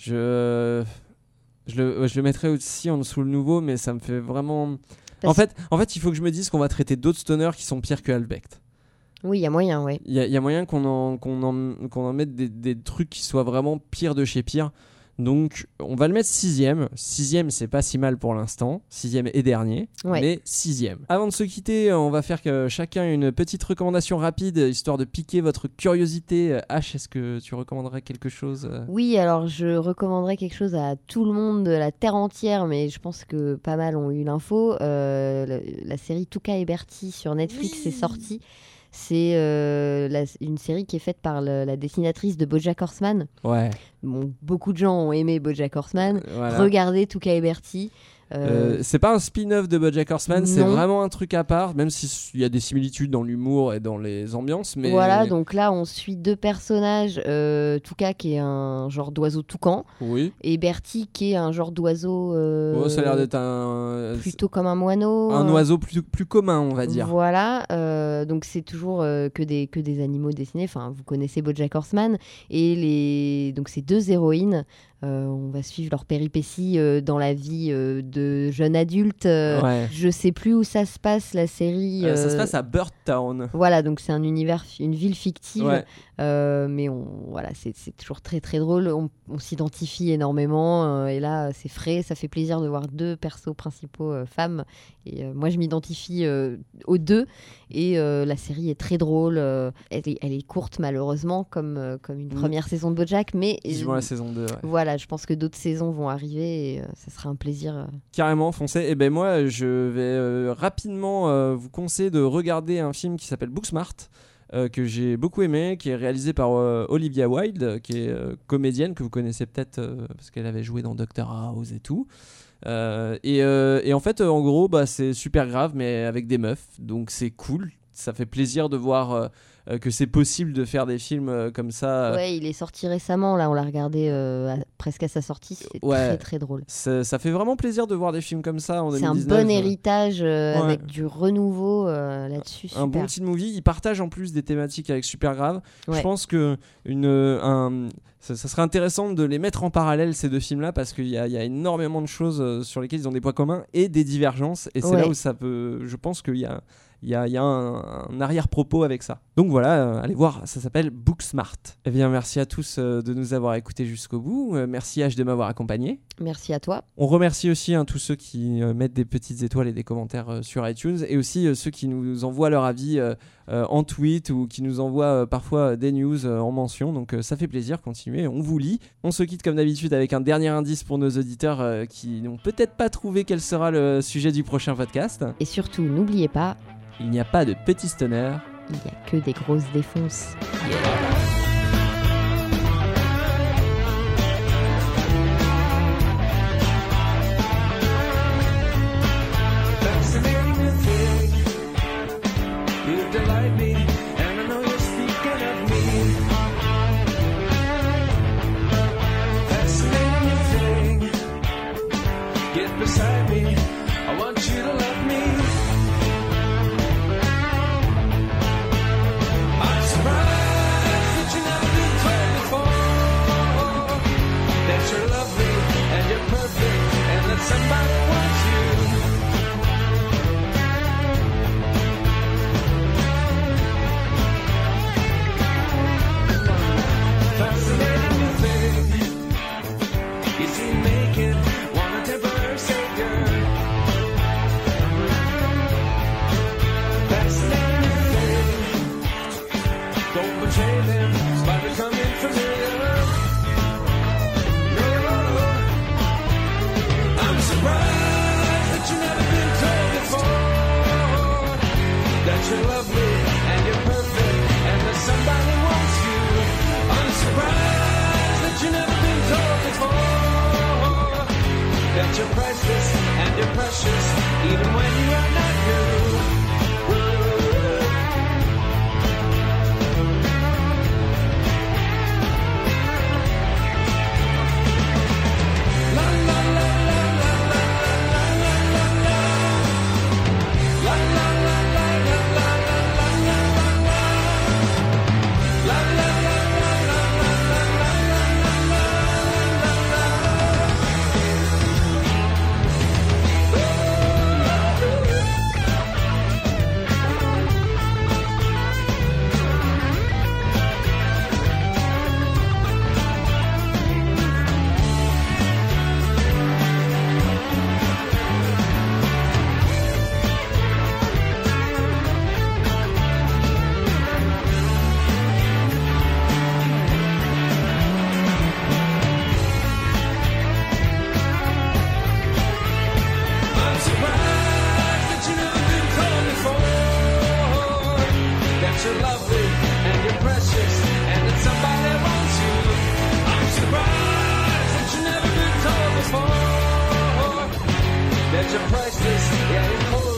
F: Je le mettrais aussi en dessous le nouveau, mais ça me fait vraiment... En fait, il faut que je me dise qu'on va traiter d'autres stoners qui sont pires que Ashbeck.
G: Oui, il y a moyen, ouais.
F: Il y a moyen qu'on en mette des trucs qui soient vraiment pires de chez pire. Donc, on va le mettre 6ème. 6ème, c'est pas si mal pour l'instant. 6ème et dernier, mais 6ème. Avant de se quitter, on va faire chacun une petite recommandation rapide, histoire de piquer votre curiosité. H, est-ce que tu recommanderais quelque chose ?
G: Oui, alors je recommanderais quelque chose à tout le monde de la Terre entière, mais je pense que pas mal ont eu l'info. La série Tuca et Bertie sur Netflix est sortie. C'est une série qui est faite par la dessinatrice de BoJack Horseman.
F: Ouais.
G: Bon, beaucoup de gens ont aimé BoJack Horseman.
F: Voilà.
G: Regardez Tuca et Bertie.
F: C'est pas un spin-off de BoJack Horseman, c'est vraiment un truc à part, même s'il y a des similitudes dans l'humour et dans les ambiances. Mais...
G: Voilà, donc là on suit deux personnages, Tuca qui est un genre d'oiseau toucan, et Bertie qui est un genre d'oiseau...
F: ça a l'air d'être
G: plutôt comme un moineau.
F: Un oiseau plus commun, on va dire.
G: Voilà, donc c'est toujours que des animaux dessinés, enfin vous connaissez BoJack Horseman, et donc c'est deux héroïnes. On va suivre leurs péripéties dans la vie de jeunes adultes. Je sais plus où ça se passe, la série.
F: Ça se passe à Birdtown.
G: Voilà, donc c'est un univers, une ville fictive. Mais voilà, c'est toujours très très drôle. On s'identifie énormément. Et là, c'est frais. Ça fait plaisir de voir deux persos principaux femmes. Et moi, je m'identifie aux deux. Et la série est très drôle. Elle est courte, malheureusement, comme une première saison de BoJack. Mais
F: vivement la saison 2.
G: Voilà, je pense que d'autres saisons vont arriver et ça sera un plaisir.
F: Carrément, foncez. Et ben moi, je vais rapidement vous conseiller de regarder un film qui s'appelle Booksmart, que j'ai beaucoup aimé, qui est réalisé par Olivia Wilde, qui est comédienne que vous connaissez peut-être parce qu'elle avait joué dans Doctor House et tout. Et en fait, en gros, c'est super grave, mais avec des meufs, donc c'est cool. Ça fait plaisir de voir que c'est possible de faire des films comme ça.
G: Ouais, il est sorti récemment, là, on l'a regardé presque à sa sortie, c'est très très drôle.
F: Ça fait vraiment plaisir de voir des films comme ça en 2019.
G: C'est un bon héritage avec du renouveau là-dessus.
F: Un bon petit movie. Il partage en plus des thématiques avec Supergrave.
G: Ouais.
F: Je pense que ça serait intéressant de les mettre en parallèle, ces deux films-là, parce qu'il y a énormément de choses sur lesquelles ils ont des points communs et des divergences. Et c'est là où ça peut... Je pense qu'il y a... Il y a un arrière-propos avec ça. Donc voilà, allez voir, ça s'appelle Booksmart. Eh bien, merci à tous de nous avoir écoutés jusqu'au bout. Merci H de m'avoir accompagné.
G: Merci à toi.
F: On remercie aussi tous ceux qui mettent des petites étoiles et des commentaires sur iTunes, et aussi ceux qui nous envoient leur avis en tweet ou qui nous envoient parfois des news en mention. Donc ça fait plaisir, continuez résumé, on vous lit. On se quitte comme d'habitude avec un dernier indice pour nos auditeurs qui n'ont peut-être pas trouvé quel sera le sujet du prochain podcast.
G: Et surtout, n'oubliez pas,
F: il n'y a pas de petits stoners,
G: il n'y a que des grosses défonces.
K: Beside me, I want you to love me. I'm surprised that you've never been told before that you're lovely and you're perfect and that somebody wants you. Fascinating new thing. You seem naked, wanna temper Savior. Fascinating thing. Don't betray them by becoming familiar. No, I'm surprised that you've never been told before that you're lovely and you're perfect and that somebody wants you. I'm surprised that you've never been told before that you're priceless and you're precious, even when you are not you. La la la la la la la la la la. La la la la la la la la la la. La la la la la la la la la la. I'm surprised that you've never been told before that you're lovely and you're precious and that somebody wants you. I'm surprised that you've never been told before that you're priceless, yeah, you're cold.